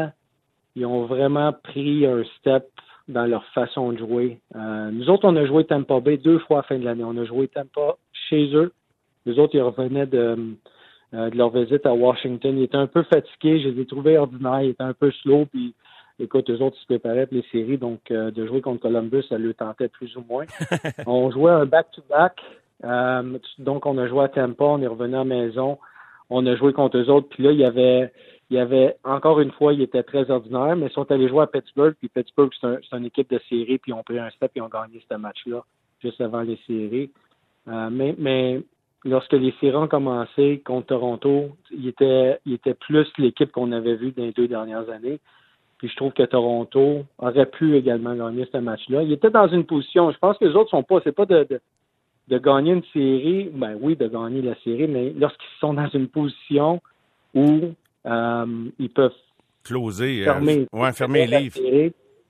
vraiment pris un step dans leur façon de jouer. Nous autres, on a joué Tampa Bay 2 fois à la fin de l'année. On a joué Tampa chez eux. Les autres, ils revenaient de leur visite à Washington. Ils étaient un peu fatigués, je les ai trouvés ordinaires, ils étaient un peu slow, puis écoute, eux autres, ils se préparaient pour les séries, donc de jouer contre Columbus, ça leur tentait plus ou moins. On jouait un back-to-back, donc on a joué à Tampa, on est revenu à la maison, on a joué contre eux autres, puis là, il y avait encore une fois, ils étaient très ordinaires, mais ils sont allés jouer à Pittsburgh, puis Pittsburgh, c'est une équipe de série, puis ils ont pris un step, et ils ont gagné ce match-là, juste avant les séries. Mais lorsque les séries ont commencé contre Toronto, il était plus l'équipe qu'on avait vue dans les 2 dernières années. Puis je trouve que Toronto aurait pu également gagner ce match-là. Ils étaient dans une position, je pense que les autres c'est pas de gagner une série, ben oui, de gagner la série, mais lorsqu'ils sont dans une position où ils peuvent closer, fermer les livres.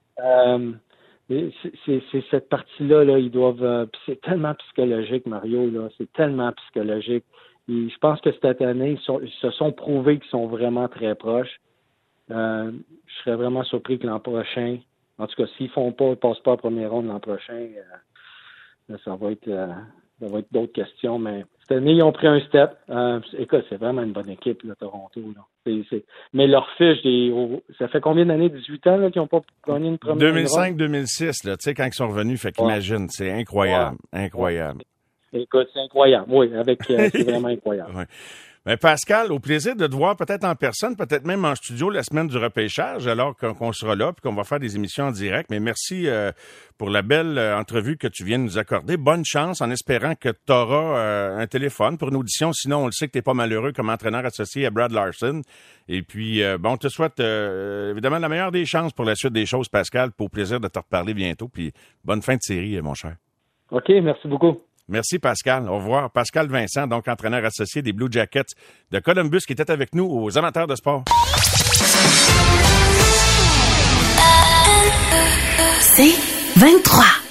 C'est cette partie-là, ils doivent. C'est tellement psychologique, Mario, là. C'est tellement psychologique. Et je pense que cette année, ils se sont prouvés qu'ils sont vraiment très proches. Je serais vraiment surpris que l'an prochain, en tout cas, s'ils ne passent pas en première ronde l'an prochain, ça va être d'autres questions. Mais cette année, ils ont pris un step. Écoute, c'est vraiment une bonne équipe, là, Toronto. Là. Mais leur fiche, ça fait combien d'années? 18 ans là, qu'ils n'ont pas gagné une première 2005-2006, tu sais, quand ils sont revenus, fait qu'imagine, c'est incroyable. Incroyable. Écoute, c'est incroyable. Oui, c'est vraiment incroyable. Ouais. Ben Pascal, au plaisir de te voir peut-être en personne, peut-être même en studio la semaine du repêchage, alors qu'on sera là puis qu'on va faire des émissions en direct. Mais merci pour la belle entrevue que tu viens de nous accorder. Bonne chance en espérant que tu auras un téléphone pour une audition. Sinon, on le sait que tu n'es pas malheureux comme entraîneur associé à Brad Larson. Et puis, on te souhaite évidemment la meilleure des chances pour la suite des choses, Pascal. Pour plaisir de te reparler bientôt. Puis, bonne fin de série, mon cher. OK, merci beaucoup. Merci, Pascal. Au revoir. Pascal Vincent, donc entraîneur associé des Blue Jackets de Columbus, qui était avec nous aux amateurs de sport. C'est 23.